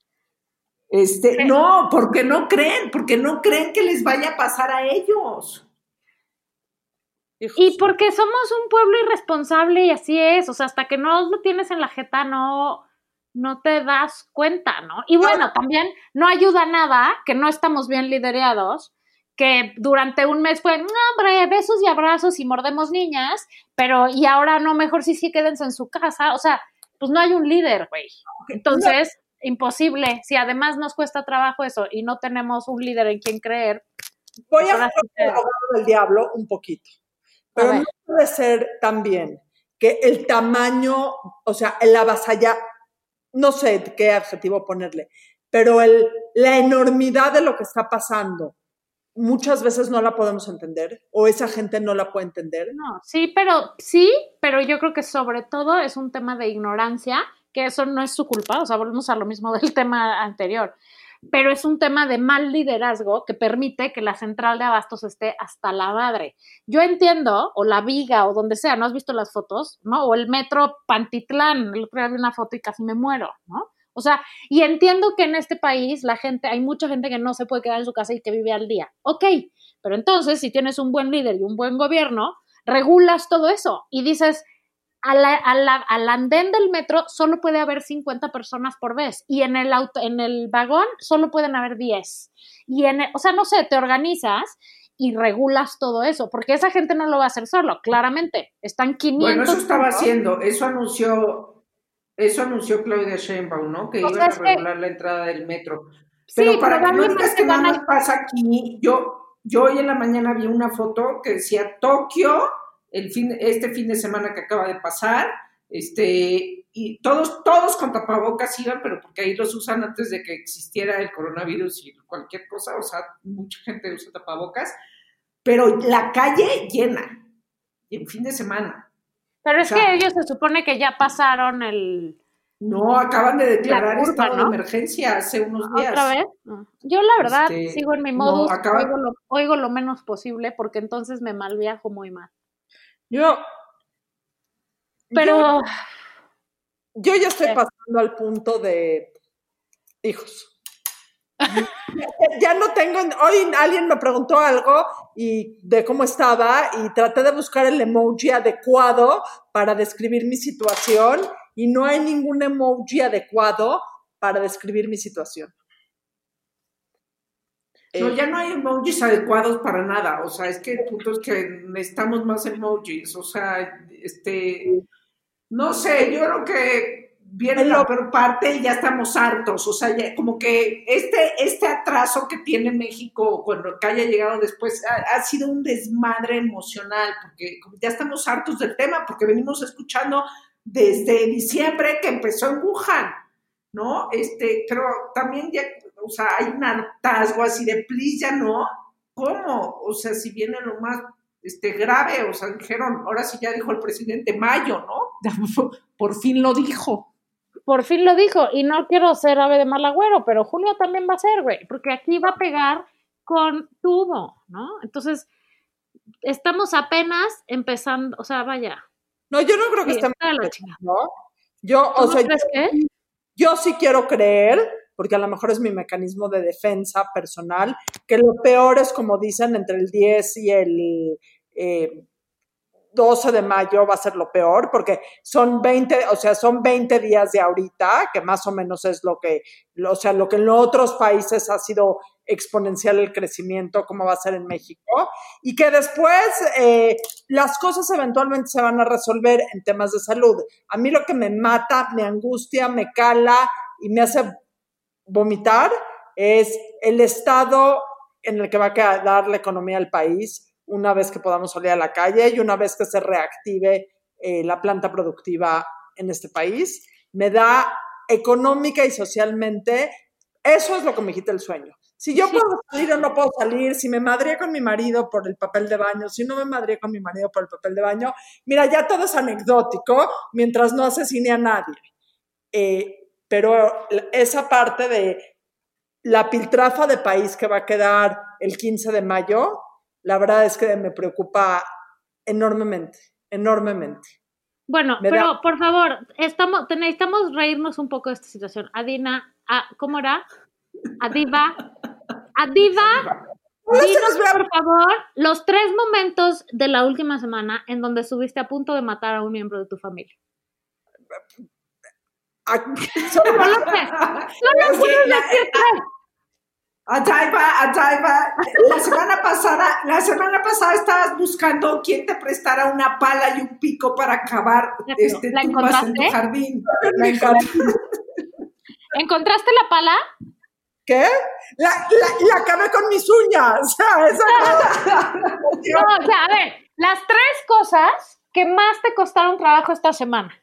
No, porque no creen que les vaya a pasar a ellos. Y porque somos un pueblo irresponsable y así es, o sea, hasta que no lo tienes en la jeta no te das cuenta, ¿no? Y bueno, también no ayuda nada que no estamos bien liderados, que durante un mes fue, no, hombre, besos y abrazos y mordemos niñas, y ahora no, mejor sí quédense en su casa, o sea, pues no hay un líder, güey. Entonces, imposible, si además nos cuesta trabajo eso y no tenemos un líder en quien creer. Voy a hablar del diablo un poquito, pero no puede ser también que el tamaño, o sea, el avasalla, no sé qué adjetivo ponerle, pero la enormidad de lo que está pasando, muchas veces no la podemos entender, o esa gente no la puede entender. No, pero yo creo que sobre todo es un tema de ignorancia, que eso no es su culpa, o sea, volvemos a lo mismo del tema anterior, pero es un tema de mal liderazgo que permite que la central de abastos esté hasta la madre. Yo entiendo, o la Viga, o donde sea, ¿no has visto las fotos? ¿No? O el metro Pantitlán, el otro día vi una foto y casi me muero, ¿no? O sea, y entiendo que en este país hay mucha gente que no se puede quedar en su casa y que vive al día. Ok, pero entonces, si tienes un buen líder y un buen gobierno, regulas todo eso y dices, al andén del metro solo puede haber 50 personas por vez y en el vagón solo pueden haber 10. Y o sea, no sé, te organizas y regulas todo eso, porque esa gente no lo va a hacer solo, claramente. Están 500. Bueno, eso estaba haciendo, eso anunció Eso anunció Claudia Sheinbaum, ¿no? Que O iban sea, a es que regular la entrada del metro. sí, Pero para que no digas probablemente que nada van a... más pasa aquí, yo hoy en la mañana vi una foto que decía Tokio, este fin de semana que acaba de pasar, y todos con tapabocas iban, pero porque ahí los usan antes de que existiera el coronavirus y cualquier cosa, o sea, mucha gente usa tapabocas, pero la calle llena, y en fin de semana. Pero es O sea, que ellos se supone que ya pasaron no, acaban de declarar la curva, estado de ¿no? emergencia hace unos días. ¿Otra vez? No. Yo la verdad sigo en mi modus, No, oigo lo menos posible porque entonces me malviajo muy mal. Yo Pero ya estoy pasando al punto de hijos. Ya no tengo, hoy alguien me preguntó algo y de cómo estaba y traté de buscar el emoji adecuado para describir mi situación y no hay ningún emoji adecuado para describir mi situación. No, ya no hay emojis adecuados para nada, o sea, es que el punto es que necesitamos más emojis, o sea, no sé, yo creo que viene la peor parte y ya estamos hartos, o sea, ya como que este atraso que tiene México cuando que haya llegado después ha sido un desmadre emocional, porque ya estamos hartos del tema, porque venimos escuchando desde diciembre que empezó en Wuhan, ¿no? Pero también ya, o sea, hay un hartazgo así de please, ya no, ¿cómo? O sea, si viene lo más grave, o sea, dijeron, ahora sí ya dijo el presidente Mayo, ¿no? Por fin lo dijo. Por fin lo dijo, y no quiero ser ave de mal agüero, pero junio también va a ser, güey, porque aquí va a pegar con todo, ¿no? Entonces, estamos apenas empezando, o sea, vaya. No, yo no creo que estemos empezando, ¿no? O sea, yo sí quiero creer, porque a lo mejor es mi mecanismo de defensa personal, que lo peor es, como dicen, entre el 10 y el 12 de mayo va a ser lo peor, porque son 20 días de ahorita, que más o menos es lo que en otros países ha sido exponencial el crecimiento, como va a ser en México, y que después las cosas eventualmente se van a resolver en temas de salud. A mí lo que me mata, me angustia, me cala y me hace vomitar es el estado en el que va a quedar la economía del país una vez que podamos salir a la calle y una vez que se reactive la planta productiva en este país. Me da económica y socialmente, eso es lo que me quita el sueño. Si yo puedo salir o no puedo salir, si me madré con mi marido por el papel de baño, si no me madré con mi marido por el papel de baño, mira, ya todo es anecdótico mientras no asesine a nadie. Pero esa parte de la piltrafa de país que va a quedar el 15 de mayo, la verdad es que me preocupa enormemente, enormemente. Bueno, pero por favor, necesitamos reírnos un poco de esta situación. Adina, ¿cómo era? Adiva, dinos por favor los 3 momentos de la última semana en donde estuviste a punto de matar a un miembro de tu familia. Solo puedes decir 3. Adaiva, la semana pasada estabas buscando quién te prestara una pala y un pico para cavar tumbas en tu jardín. ¿Encontraste la pala? ¿Qué? La cavé con mis uñas. No, o sea, a ver, las 3 cosas que más te costaron trabajo esta semana.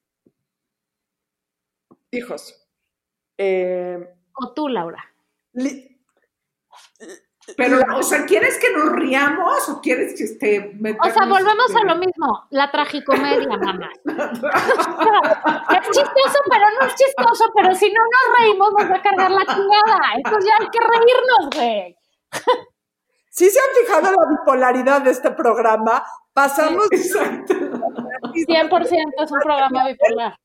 Hijos. O tú, Laura. Pero, o sea, ¿quieres que nos riamos o quieres que O sea, volvemos a lo mismo, la tragicomedia, mamá. Es chistoso, pero no es chistoso, pero si no nos reímos nos va a cargar la chingada. Entonces ya hay que reírnos, güey. ¿Sí se han fijado la bipolaridad de este programa? Pasamos... Exacto. 100% es un programa bipolar.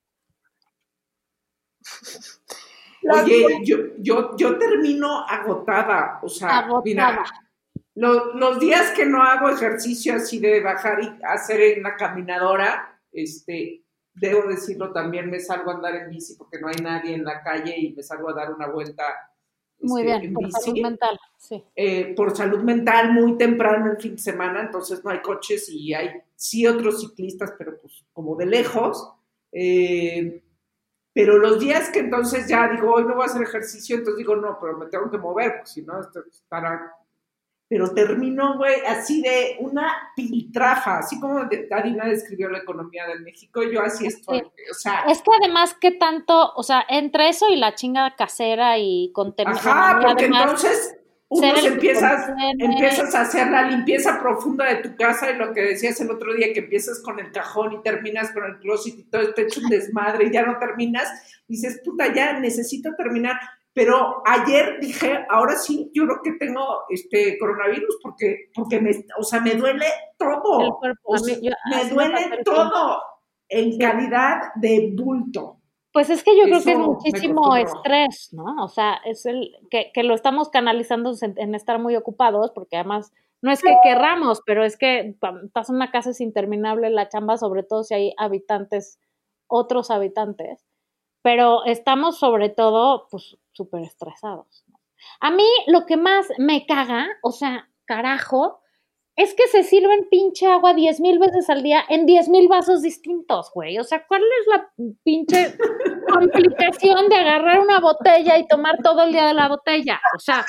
Oye, yo termino agotada, o sea, mira, los días que no hago ejercicio así de bajar y hacer en la caminadora, debo decirlo también, me salgo a andar en bici porque no hay nadie en la calle y me salgo a dar una vuelta muy bien, en por bici. salud mental, sí. Por salud mental, muy temprano el fin de semana, entonces no hay coches y hay sí otros ciclistas, pero pues como de lejos. Pero los días que entonces ya digo, hoy no voy a hacer ejercicio, entonces digo, no, pero me tengo que mover, porque si no, esto estará... Pero terminó, güey, así de una piltrafa, así como Darina describió la economía de México, yo así estoy, o sea... Es que además, ¿qué tanto? O sea, entre eso y la chinga casera y contenido... Ajá, porque entonces... empiezas a hacer la limpieza profunda de tu casa y lo que decías el otro día, que empiezas con el cajón y terminas con el closet y todo está hecho un desmadre y ya no terminas, dices, puta, ya necesito terminar. Pero ayer dije, ahora sí, yo creo que tengo coronavirus porque me duele todo. El cuerpo, me duele todo en calidad de bulto. Pues es que yo creo que es muchísimo estrés, ¿no? O sea, es el que lo estamos canalizando en estar muy ocupados, porque además no es que querramos, pero es que estás en una casa es interminable la chamba, sobre todo si hay otros habitantes, pero estamos sobre todo, pues, súper estresados, ¿no? A mí lo que más me caga, o sea, carajo, es que se sirven pinche agua 10,000 veces al día en 10,000 vasos distintos, güey. O sea, ¿cuál es la pinche complicación de agarrar una botella y tomar todo el día de la botella? O sea,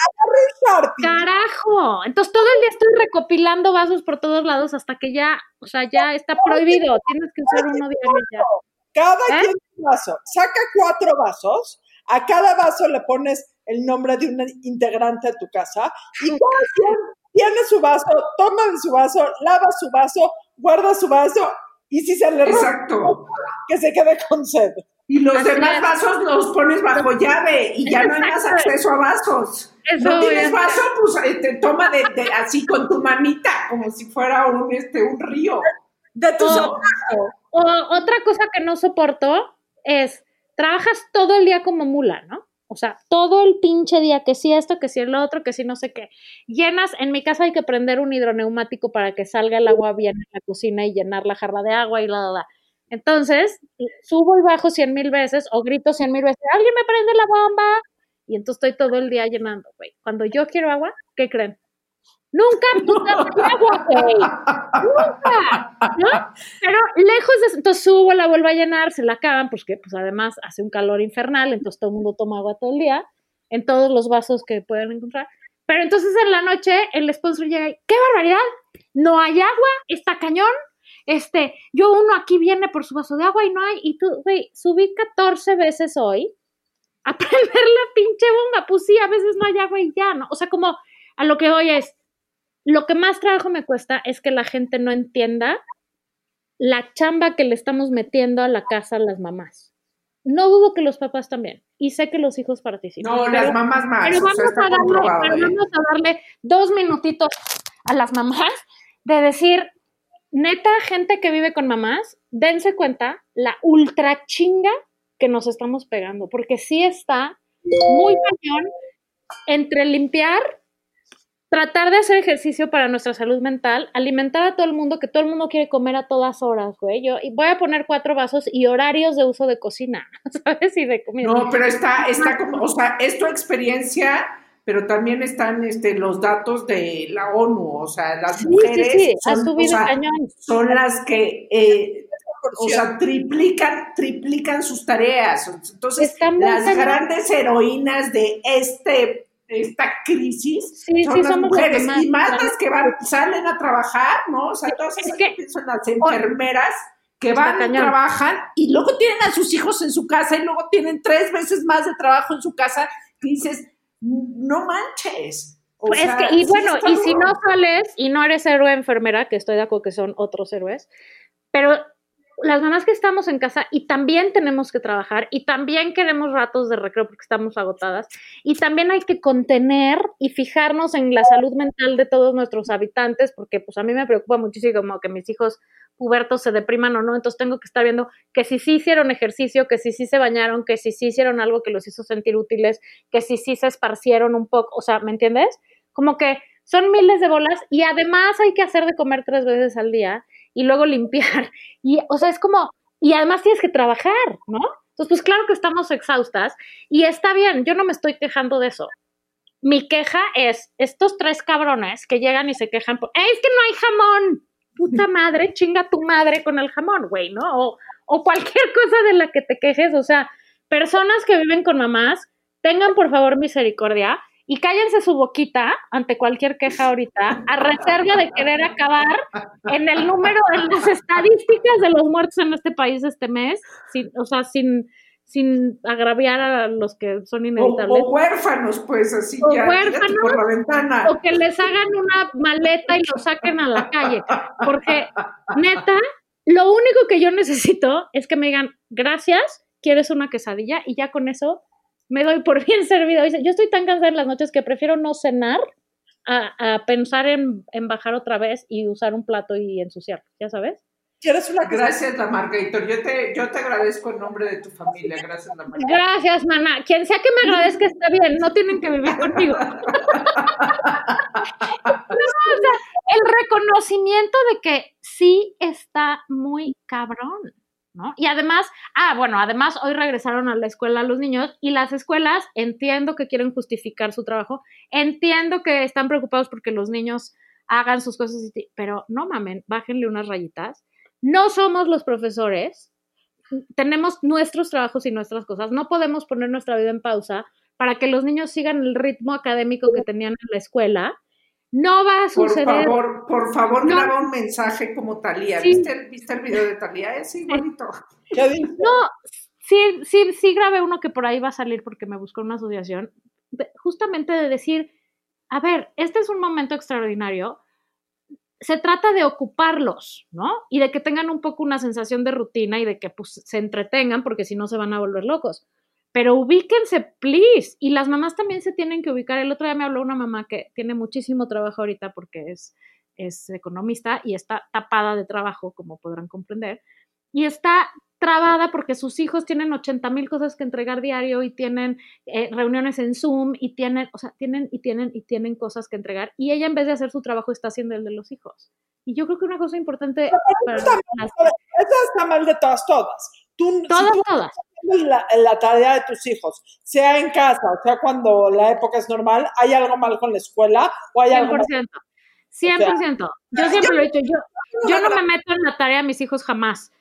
carajo. Entonces todo el día estoy recopilando vasos por todos lados hasta que ya, o sea, ya está prohibido. Tienes que usar uno diario ya. Cada quien un vaso. Saca 4 vasos. A cada vaso le pones el nombre de un integrante de tu casa y cada quien tiene su vaso, toma de su vaso, lava su vaso, guarda su vaso y si se le rompe, que se quede con sed. Y los demás vasos los pones bajo llave y ya no hay más acceso a vasos. No tienes vaso, pues te toma de así con tu manita, como si fuera un río. De tu otra cosa que no soporto es, trabajas todo el día como mula, ¿no? O sea, todo el pinche día, que si esto, que si el otro, que si no sé qué. Llenas, en mi casa hay que prender un hidroneumático para que salga el agua bien en la cocina y llenar la jarra de agua y la. Entonces, subo y bajo 100,000 veces o grito 100,000 veces, ¡alguien me prende la bomba! Y entonces estoy todo el día llenando, güey. Cuando yo quiero agua, ¿qué creen? Nunca hay agua, güey. Nunca, ¿no? Pero lejos de eso, entonces subo, la vuelvo a llenar, se la acaban, porque pues además hace un calor infernal, entonces todo el mundo toma agua todo el día, en todos los vasos que pueden encontrar. Pero entonces en la noche el sponsor llega y, ¡qué barbaridad! No hay agua, está cañón. Uno aquí viene por su vaso de agua y no hay, y tú, güey, subí 14 veces hoy a prender la pinche bomba. Pues sí, a veces no hay agua y ya, ¿no? O sea, como a lo que hoy es, lo que más trabajo me cuesta es que la gente no entienda la chamba que le estamos metiendo a la casa a las mamás. No dudo que los papás también, y sé que los hijos participan. No, las mamás más. Pero vamos a darle 2 minutitos a las mamás de decir, neta, gente que vive con mamás, dense cuenta la ultra chinga que nos estamos pegando, porque sí está muy cañón entre limpiar, tratar de hacer ejercicio para nuestra salud mental, alimentar a todo el mundo, que todo el mundo quiere comer a todas horas, güey. Y voy a poner 4 vasos y horarios de uso de cocina, ¿sabes? Y de comida. No, pero está como, o sea, es tu experiencia, pero también están los datos de la ONU, o sea, las mujeres son las que triplican sus tareas. Entonces, las grandes heroínas de esta crisis son las mujeres, y más las que salen a trabajar, ¿no? O sea, todas esas que son las enfermeras que van y trabajan y luego tienen a sus hijos en su casa y luego tienen 3 veces más de trabajo en su casa y dices, no manches. Y si no sales y no eres héroe enfermera, que estoy de acuerdo que son otros héroes, pero las mamás que estamos en casa y también tenemos que trabajar y también queremos ratos de recreo porque estamos agotadas y también hay que contener y fijarnos en la salud mental de todos nuestros habitantes, porque pues a mí me preocupa muchísimo como que mis hijos pubertos se depriman o no, entonces tengo que estar viendo que si sí hicieron ejercicio, que si sí se bañaron, que si sí hicieron algo que los hizo sentir útiles, que si sí se esparcieron un poco, o sea, ¿me entiendes? Como que son miles de bolas y además hay que hacer de comer 3 veces al día y luego limpiar, y, o sea, es como, y además tienes que trabajar, ¿no? Entonces, pues claro que estamos exhaustas, y está bien, yo no me estoy quejando de eso. Mi queja es, estos 3 cabrones que llegan y se quejan, es que no hay jamón, puta madre, chinga tu madre con el jamón, güey, ¿no? O cualquier cosa de la que te quejes, o sea, personas que viven con mamás, tengan por favor misericordia y cállense su boquita ante cualquier queja ahorita, a reserva de querer acabar en el número, en las estadísticas de los muertos en este país este mes, sin agraviar a los que son inevitables. O huérfanos, pues, así O ya, huérfanos, por la ventana. O que les hagan una maleta y lo saquen a la calle. Porque, neta, lo único que yo necesito es que me digan, gracias, ¿quieres una quesadilla? Y ya con eso me doy por bien servido. Yo estoy tan cansada en las noches que prefiero no cenar a pensar en bajar otra vez y usar un plato y ensuciarlo, ¿ya sabes? ¿Quieres una quesadilla? Gracias, la Margator. Yo te agradezco en nombre de tu familia. Gracias, la Margator. Gracias, mana. Quien sea que me agradezca está bien, no tienen que vivir conmigo. No, o sea, el reconocimiento de que sí está muy cabrón, ¿no? Y además, además hoy regresaron a la escuela los niños y las escuelas, entiendo que quieren justificar su trabajo, entiendo que están preocupados porque los niños hagan sus cosas, pero no mamen, bájenle unas rayitas. No somos los profesores, tenemos nuestros trabajos y nuestras cosas, no podemos poner nuestra vida en pausa para que los niños sigan el ritmo académico que tenían en la escuela. No va a suceder. Por favor, no. Graba un mensaje como Talía. Sí. ¿Viste el video de Talía? Es igualito. ¿Qué dices? No, sí grabé uno que por ahí va a salir porque me buscó una asociación, justamente de decir, a ver, este es un momento extraordinario, se trata de ocuparlos, ¿no? Y de que tengan un poco una sensación de rutina y de que pues se entretengan porque si no se van a volver locos. Pero ubíquense, please. Y las mamás también se tienen que ubicar. El otro día me habló una mamá que tiene muchísimo trabajo ahorita porque es economista y está tapada de trabajo, como podrán comprender. Y está trabada porque sus hijos tienen 80,000 cosas que entregar diario y tienen reuniones en Zoom y tienen cosas que entregar. Y ella, en vez de hacer su trabajo, está haciendo el de los hijos. Y yo creo que una cosa importante... Eso está mal de todas. Todas. La tarea de tus hijos, sea en casa, o sea cuando la época es normal, ¿hay algo mal con la escuela? ¿O hay 100%. algo mal? 100%. Yo siempre lo he dicho, yo no me meto en la tarea de mis hijos jamás.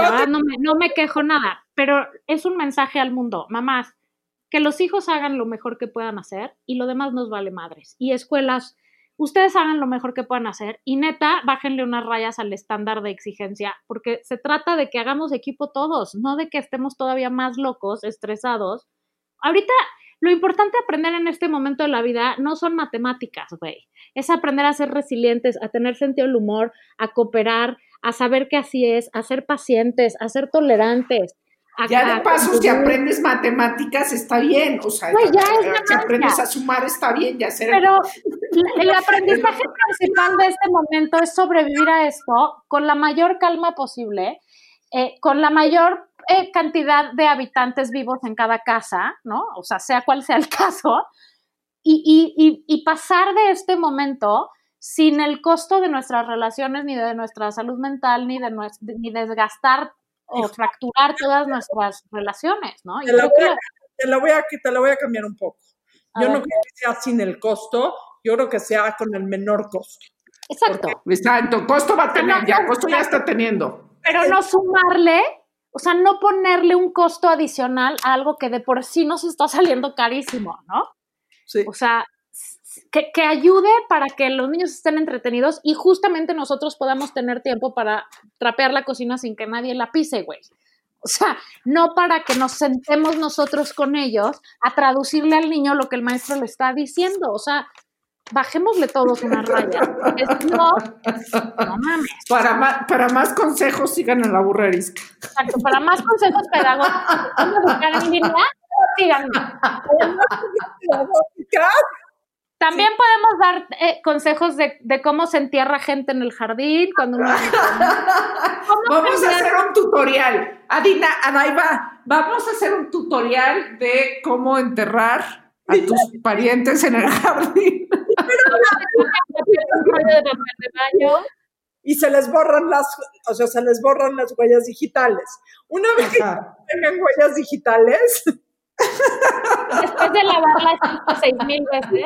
No me quejo nada, pero es un mensaje al mundo. Mamás, que los hijos hagan lo mejor que puedan hacer y lo demás nos vale madres. Y escuelas, ustedes hagan lo mejor que puedan hacer y neta, bájenle unas rayas al estándar de exigencia, porque se trata de que hagamos equipo todos, no de que estemos todavía más locos, estresados. Ahorita, lo importante de aprender en este momento de la vida no son matemáticas, güey. Es aprender a ser resilientes, a tener sentido del humor, a cooperar, a saber que así es, a ser pacientes, a ser tolerantes. Ya de paso, si aprendes matemáticas, está bien. O sea, pues si aprendes a sumar, está bien. Pero el aprendizaje principal de este momento es sobrevivir a esto con la mayor calma posible, con la mayor cantidad de habitantes vivos en cada casa, ¿no? O sea cual sea el caso, y pasar de este momento sin el costo de nuestras relaciones, ni de nuestra salud mental, ni desgastar o fracturar todas nuestras relaciones, ¿no? Te la voy a cambiar un poco. Yo no creo que sea sin el costo, yo creo que sea con el menor costo. Exacto. Exacto, costo va a tener, costo ya está teniendo. Pero no sumarle, o sea, no ponerle un costo adicional a algo que de por sí nos está saliendo carísimo, ¿no? Sí. O sea, que ayude para que los niños estén entretenidos y justamente nosotros podamos tener tiempo para trapear la cocina sin que nadie la pise, güey. O sea, no para que nos sentemos nosotros con ellos a traducirle al niño lo que el maestro le está diciendo. O sea, bajémosle todos una raya. No mames. Para más consejos, sigan a La Burra Arisca. Exacto, para más consejos pedagógicos, ¿cómo buscar en línea? Síganme. También podemos dar consejos de cómo se entierra gente en el jardín cuando uno... Vamos a hacer un tutorial. Adaiva, vamos a hacer un tutorial de cómo enterrar a tus parientes en el jardín. Y se les borran las huellas digitales. Una vez que tengan huellas digitales... Después de lavarla 6,000 veces.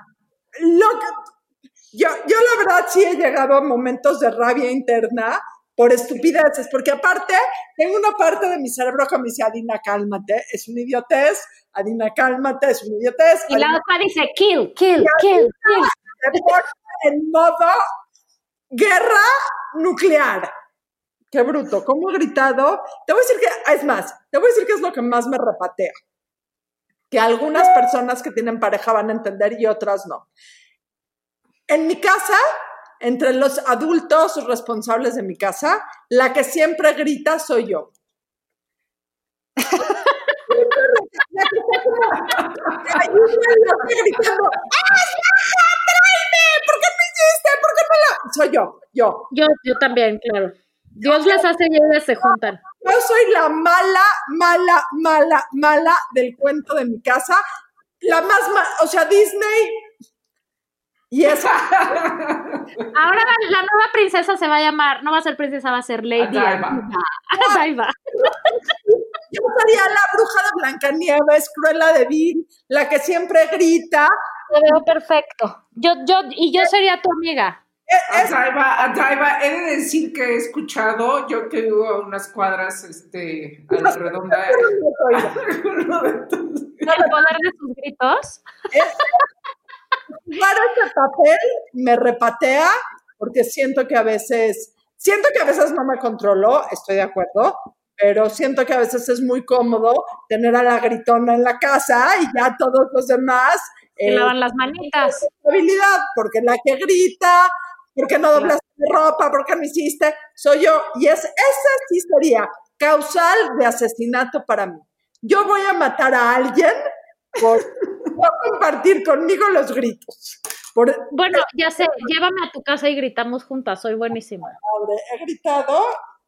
Yo la verdad sí he llegado a momentos de rabia interna por estupideces, porque aparte tengo una parte de mi cerebro que me dice, Adina, cálmate, es una idiotez, Adina, cálmate, es una idiotez. Y la otra dice, kill. Se pone en modo guerra nuclear. Qué bruto, ¿cómo he gritado? Te voy a decir que es lo que más me repatea. Que algunas personas que tienen pareja van a entender y otras no. En mi casa, entre los adultos responsables de mi casa, la que siempre grita soy yo. Gritando, tráeme! ¿Por qué no hiciste? ¿Por qué no la...? Soy yo. Yo también, claro. Dios les hace y ellas se juntan. Yo soy la mala del cuento de mi casa. La más o sea, Disney... Y esa. Ahora la nueva princesa se va a llamar, no va a ser princesa, va a ser Lady Adaiva. Yo sería la bruja de Blancanieves, Cruella de Vil, la que siempre grita. Te veo perfecto. Yo sería tu amiga. Adaiva, he de decir que he escuchado, yo que vivo a unas cuadras a la redonda. El poder de sus gritos. Jugar ese papel me repatea porque siento que a veces no me controlo, estoy de acuerdo, pero siento que a veces es muy cómodo tener a la gritona en la casa y ya todos los demás se lavan las manitas. Responsabilidad, porque la que grita, porque no doblaste ropa, porque no hiciste, soy yo. Y esa sí sería causal de asesinato para mí. Yo voy a matar a alguien por compartir conmigo los gritos. Bueno, ya sé, llévame a tu casa y gritamos juntas, soy buenísima. He gritado,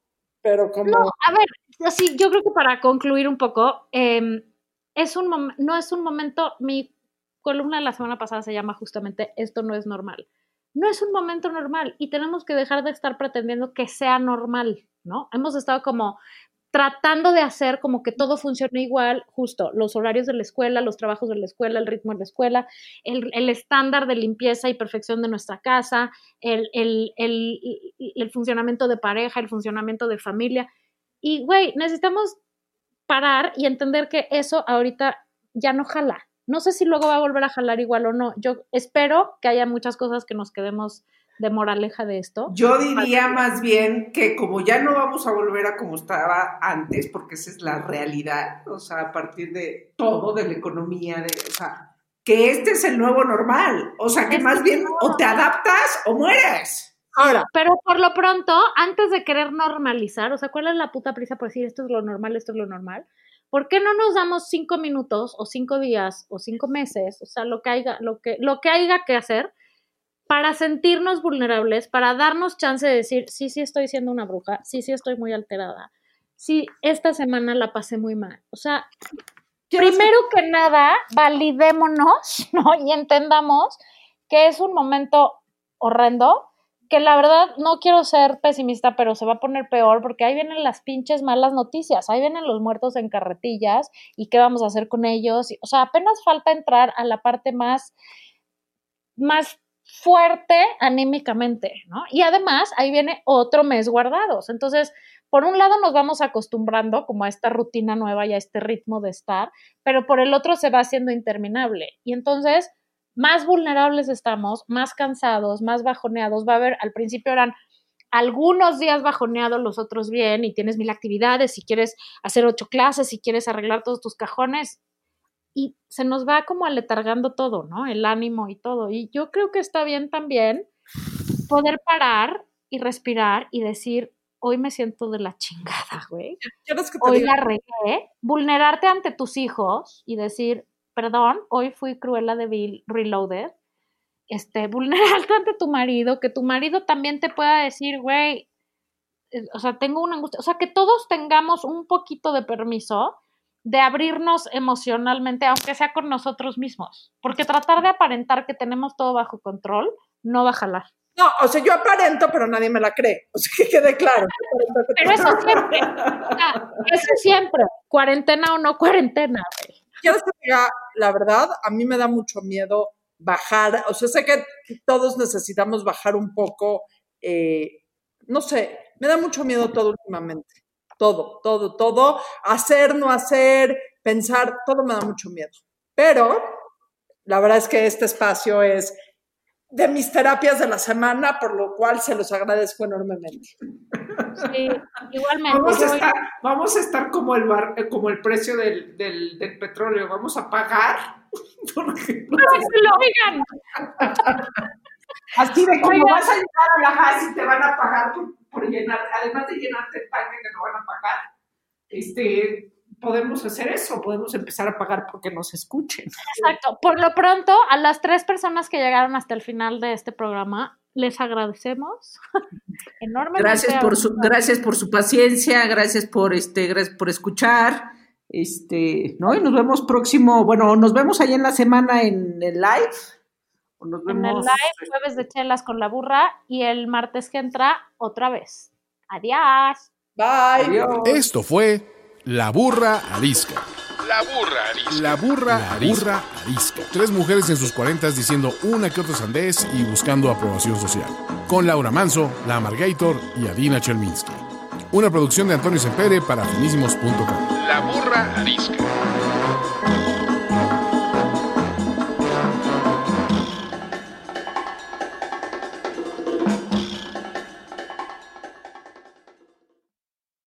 pero como... No, a ver, así, yo creo que para concluir un poco, no es un momento, mi columna de la semana pasada se llama justamente Esto no es normal. No es un momento normal y tenemos que dejar de estar pretendiendo que sea normal, ¿no? Hemos estado como tratando de hacer como que todo funcione igual, justo los horarios de la escuela, los trabajos de la escuela, el ritmo de la escuela, el estándar de limpieza y perfección de nuestra casa, el funcionamiento de pareja, el funcionamiento de familia. Y, güey, necesitamos parar y entender que eso ahorita ya no jala. No sé si luego va a volver a jalar igual o no. Yo espero que haya muchas cosas que nos quedemos de moraleja de esto. Yo diría más bien que como ya no vamos a volver a como estaba antes, porque esa es la realidad, o sea, a partir de todo, de la economía, o sea, que este es el nuevo normal, o sea, que más bien o te adaptas o mueres. Ahora. Pero por lo pronto, antes de querer normalizar, o sea, ¿cuál es la puta prisa por decir esto es lo normal, esto es lo normal? ¿Por qué no nos damos 5 minutos o 5 días o 5 meses, o sea, lo que haya que hacer, para sentirnos vulnerables, para darnos chance de decir, sí estoy siendo una bruja, sí estoy muy alterada, sí, esta semana la pasé muy mal. O sea, primero que nada, validémonos, ¿no? Y entendamos que es un momento horrendo, que la verdad no quiero ser pesimista, pero se va a poner peor, porque ahí vienen las pinches malas noticias, ahí vienen los muertos en carretillas, y qué vamos a hacer con ellos. O sea, apenas falta entrar a la parte más fuerte anímicamente, ¿no? Y además ahí viene otro mes guardados. Entonces, por un lado nos vamos acostumbrando como a esta rutina nueva y a este ritmo de estar, pero por el otro se va haciendo interminable. Y entonces, más vulnerables estamos, más cansados, más bajoneados. Va a haber, al principio eran algunos días bajoneados, los otros bien, y tienes 1000 actividades, si quieres hacer 8 clases, si quieres arreglar todos tus cajones, y se nos va como aletargando todo, ¿no? El ánimo y todo. Y yo creo que está bien también poder parar y respirar y decir, hoy me siento de la chingada, güey. Hoy la regué. Vulnerarte ante tus hijos y decir, perdón, hoy fui Cruella de Vil Reloaded. Vulnerarte ante tu marido, que tu marido también te pueda decir, güey, o sea, tengo una angustia. O sea, que todos tengamos un poquito de permiso de abrirnos emocionalmente, aunque sea con nosotros mismos, porque tratar de aparentar que tenemos todo bajo control no va a jalar. No, o sea, yo aparento, pero nadie me la cree, o sea, que quede claro. Pero eso siempre, eso siempre, cuarentena o no cuarentena. Quiero que diga, la verdad, a mí me da mucho miedo bajar, o sea, sé que todos necesitamos bajar un poco, no sé, Me da mucho miedo todo últimamente. Todo. Hacer, no hacer, pensar, todo me da mucho miedo. Pero la verdad es que este espacio es de mis terapias de la semana, por lo cual se los agradezco enormemente. Sí, igualmente. Vamos a estar como el precio del petróleo. Vamos a pagar. Porque ¡Para que lo oigan! Así de como vas a llegar a la Haas y te van a pagar por llenar, además de llenarte el tanque que no van a pagar, podemos hacer eso, podemos empezar a pagar porque nos escuchen. Exacto. Por lo pronto, a las 3 personas que llegaron hasta el final de este programa, les agradecemos enormemente. Gracias por su paciencia, gracias por escuchar. ¿No? Y nos vemos nos vemos ahí en la semana en el live. Nos vemos, en el live, jueves de chelas con la burra, y el martes que entra, otra vez. Adiós. Bye. Adiós. Esto fue La Burra Arisca. La burra arisca. La burra arisca. 3 mujeres en sus 40s diciendo una que otra sandez y buscando aprobación social. Con Laura Manso, La Amargator y Adina Chelminsky. Una producción de Antonio Sempere para finísimos.com. La burra arisca.